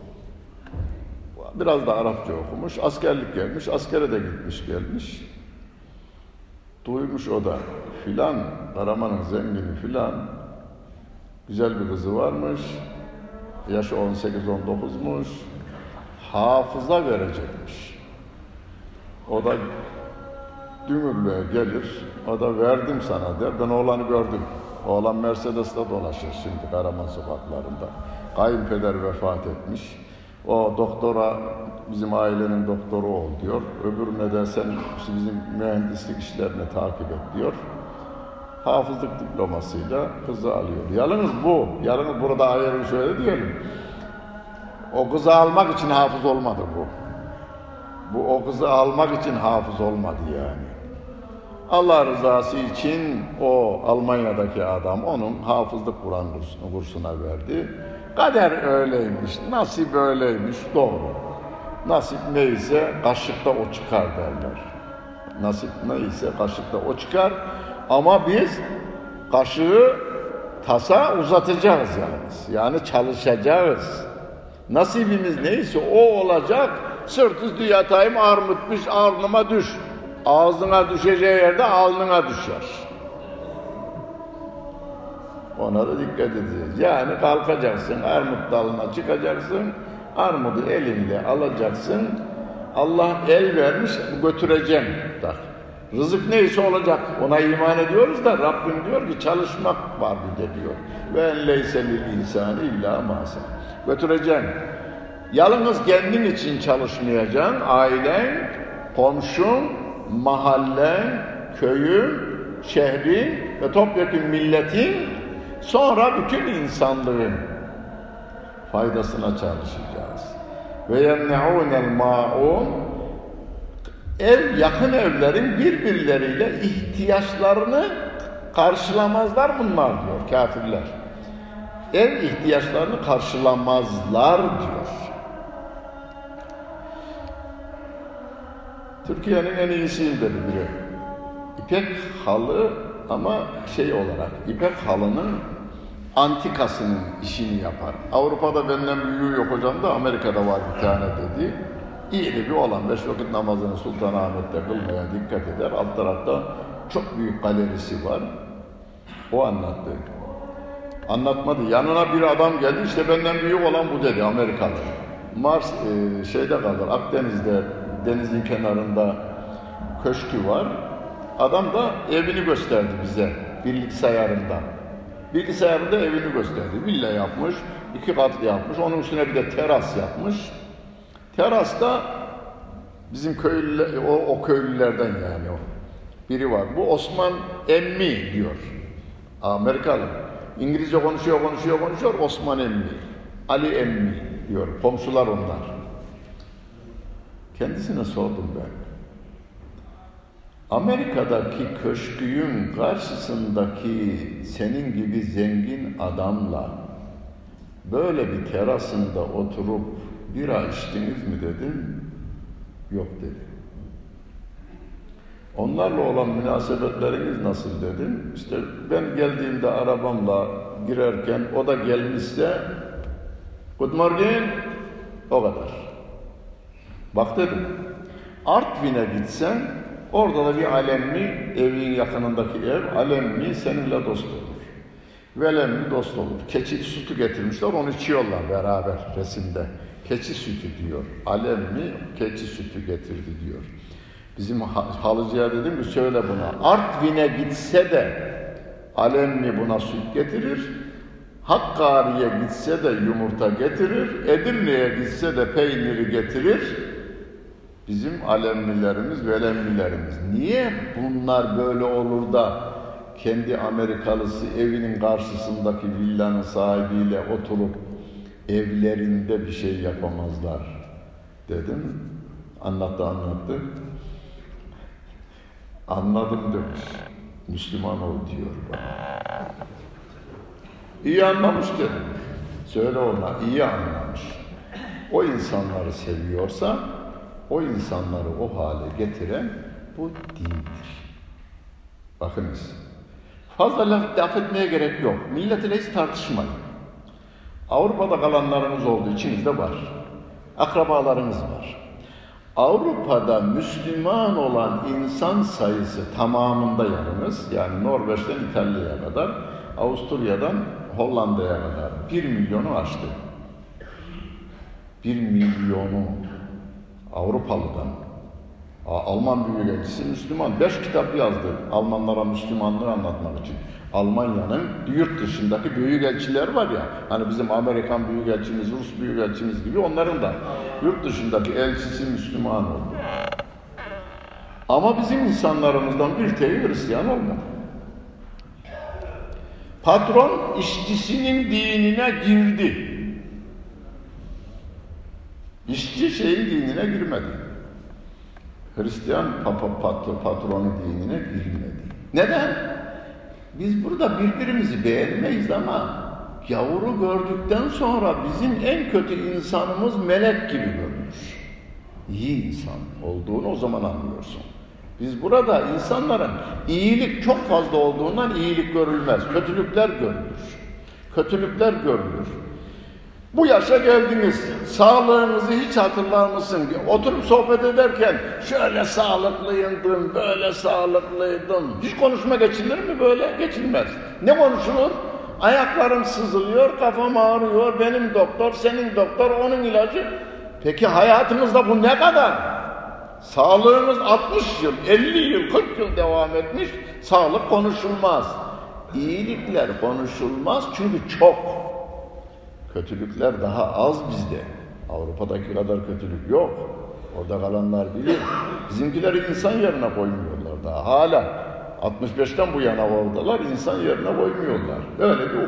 Biraz da Arapça okumuş. Askerlik gelmiş. Askere de gitmiş gelmiş. Duymuş o da filan, Karaman'ın zengini filan, güzel bir kızı varmış, yaşı 18-19'muş, hafıza verecekmiş. O da Dümürlü'ye gelir, o da verdim sana der, ben oğlanı gördüm. Oğlan Mercedes'te dolaşır şimdi Karaman sokaklarında. Kayınpeder vefat etmiş, O doktora, bizim ailenin doktoru ol diyor. Öbürüne de sen işte bizim mühendislik işlerini takip et diyor. Hafızlık diplomasıyla kızı alıyor. Yalnız burada ayarı şöyle diyelim. O kızı almak için hafız olmadı bu. Bu o kızı almak için hafız olmadı yani. Allah rızası için o Almanya'daki adam onun hafızlık Kur'an kursuna verdi. Kader öyleymiş, nasip öyleymiş, doğru. Nasip neyse kaşıkta o çıkar derler. Nasip neyse kaşıkta o çıkar. Ama biz kaşığı tasa uzatacağız yalnız. Yani çalışacağız. Nasibimiz neyse o olacak. Sırt üstü yatayım, armutmuş, alnıma düş. Ağzına düşeceği yerde alnına düşer. Ona da dikkat edeceğiz. Yani kalkacaksın, armut dalına çıkacaksın, armudu elinde alacaksın. Allah el vermiş, götüreceksin. Rızık neyse olacak. Ona iman ediyoruz da Rabbim diyor ki çalışmak var bir de diyor. Ve en leyse lil insani illa mâsâ. Götüreceksin. Yalnız kendin için çalışmayacaksın. Ailen, komşun, mahallen, köyün, şehrin ve topyekun milletin, sonra bütün insanlığın faydasına çalışacağız. Ve yemne'ûnel mâ'ûn, yakın evlerin birbirleriyle ihtiyaçlarını karşılamazlar bunlar diyor kafirler. Ev ihtiyaçlarını karşılamazlar diyor. Türkiye'nin en iyisiyim dedi biri. İpek halı ama olarak, İpek halının antikasının işini yapar. Avrupa'da benden büyüğü yok hocam da Amerika'da var bir tane dedi. İyi de bir olan 5 vakit namazını Sultanahmet'te kılmaya dikkat eder. Alt tarafta çok büyük galerisi var. O anlattı. Anlatmadı. Yanına bir adam geldi. İşte benden büyük olan bu dedi Amerikalı. Mars kalır. Akdeniz'de denizin kenarında köşkü var. Adam da evini gösterdi bize bilgisayarında. Bilgisayarında evini gösterdi. Villa yapmış, 2 katlı yapmış. Onun üstüne bir de teras yapmış. Terasta bizim köylüler, o köylülerden yani o. Biri var. Bu Osman Emmi diyor. Amerikalı. İngilizce konuşuyor. Osman Emmi. Ali Emmi diyor. Komşular onlar. Kendisine sordum ben. Amerika'daki köşküyün karşısındaki senin gibi zengin adamla böyle bir terasında oturup bira içtiniz mi dedim. Yok dedi. Onlarla olan münasebetleriniz nasıl dedim. İşte ben geldiğimde arabamla girerken o da gelmişse good morning, o kadar. Bak dedim. Artvin'e gitsen orada da bir alemmi, evin yakınındaki ev, alemmi seninle dost olur. Velemmi dost olur. Keçi sütü getirmişler, onu içiyorlar beraber resimde. Keçi sütü diyor. Alemmi keçi sütü getirdi diyor. Bizim halıcıya dedim ki söyle buna. Artvin'e gitse de alemmi buna süt getirir. Hakkari'ye gitse de yumurta getirir. Edirne'ye gitse de peyniri getirir. Bizim alemmilerimiz, velemmilerimiz. Niye bunlar böyle olur da kendi Amerikalısı evinin karşısındaki villanın sahibiyle oturup evlerinde bir şey yapamazlar dedim. Anlattı. Anladım demiş. Müslüman ol diyor bana. İyi anlamış dedim. Söyle ona, iyi anlamış. O insanları seviyorsa, o insanları o hale getiren bu dindir. Bakınız, fazla laf etmeye gerek yok. Milletle hiç tartışmayın. Avrupa'da kalanlarınız olduğu içinizde var. Akrabalarınız var. Avrupa'da Müslüman olan insan sayısı tamamında yalnız, yani Norveç'ten İtalya'ya kadar, Avusturya'dan Hollanda'ya kadar 1 milyonu aştı. 1 milyonu Avrupalı'dan. Alman büyükelçisi Müslüman. 5 kitap yazdı Almanlara Müslümanlığı anlatmak için. Almanya'nın yurt dışındaki büyükelçiler var ya, hani bizim Amerikan büyükelçimiz, Rus büyükelçimiz gibi onların da yurt dışındaki elçisi Müslüman oldu. Ama bizim insanlarımızdan bir tek Hristiyan olmadı. Patron işçisinin dinine girdi. İşçi şeyin dinine girmedi. Hristiyan patronu dinine girmedi. Neden? Biz burada birbirimizi beğenmeyiz ama gavuru gördükten sonra bizim en kötü insanımız melek gibi görünür. İyi insan olduğunu o zaman anlıyorsun. Biz burada insanların iyilik çok fazla olduğundan iyilik görülmez. Kötülükler görülür. Kötülükler görülür. Bu yaşa geldiniz. Sağlığınızı hiç hatırlar mısın? Oturup sohbet ederken şöyle sağlıklıydım, böyle sağlıklıydım. Hiç konuşma geçilir mi böyle? Geçilmez. Ne konuşulur? Ayaklarım sızılıyor, kafam ağrıyor, benim doktor, senin doktor, onun ilacı. Peki hayatınızda bu ne kadar? Sağlığınız 60 yıl, 50 yıl, 40 yıl devam etmiş, sağlık konuşulmaz. İyilikler konuşulmaz çünkü çok. Kötülükler daha az bizde. Avrupa'daki kadar kötülük yok. Orada kalanlar bilir. Bizimkileri insan yerine koymuyorlar daha hala. 65'ten bu yana oradalar, insan yerine koymuyorlar. Böyle bir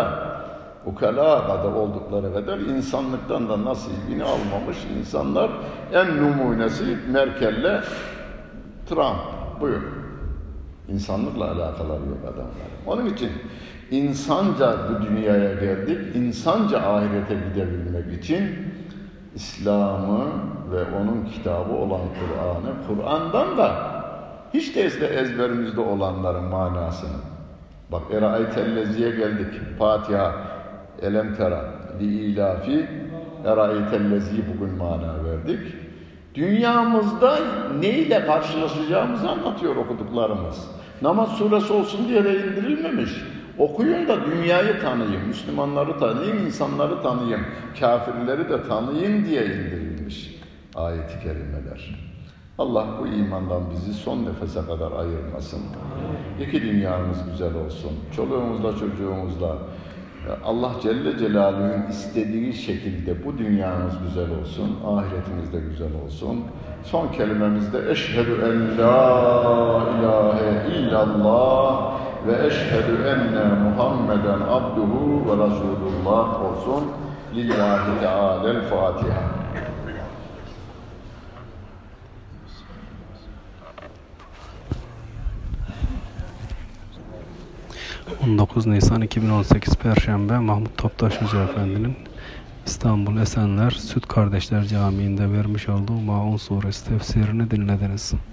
ukala kadar oldukları kadar insanlıktan da nasibini almamış insanlar. En numunesi Merkel'le Trump. Buyur. İnsanlıkla alakaları yok adamlar. Onun için insanca bu dünyaya geldik. İnsanca ahirete gidebilmek için İslam'ı ve onun kitabı olan Kur'an'dan da hiç değilse ezberimizde olanların manasını. Bak Eraeytellezi'ye geldik. Fatiha, Elem Tera, Li'ilafi, Eraeytellezi'yi bugün mana verdik. Dünyamızda neyle karşılaşacağımızı anlatıyor okuduklarımız. Namaz suresi olsun diye de indirilmemiş. Okuyun da dünyayı tanıyın, Müslümanları tanıyın, insanları tanıyın, kafirleri de tanıyın diye indirilmiş ayet-i kerimeler. Allah bu imandan bizi son nefese kadar ayırmasın. İki dünyamız güzel olsun. Çoluğumuzla, çocuğumuzla Allah Celle Celaluhu'nun istediği şekilde bu dünyamız güzel olsun, ahiretimiz de güzel olsun. Son kelimemizde eşhedü en la ilahe illallah ve eşhedü enne Muhammeden abduhu ve resulullah olsun. Lillahi Teala'l Fatiha. 19 Nisan 2018 Perşembe Mahmut Toptaş Hoca Efendi'nin İstanbul Esenler Süt Kardeşler Camii'nde vermiş olduğu Maun Suresi tefsirini dinlediniz.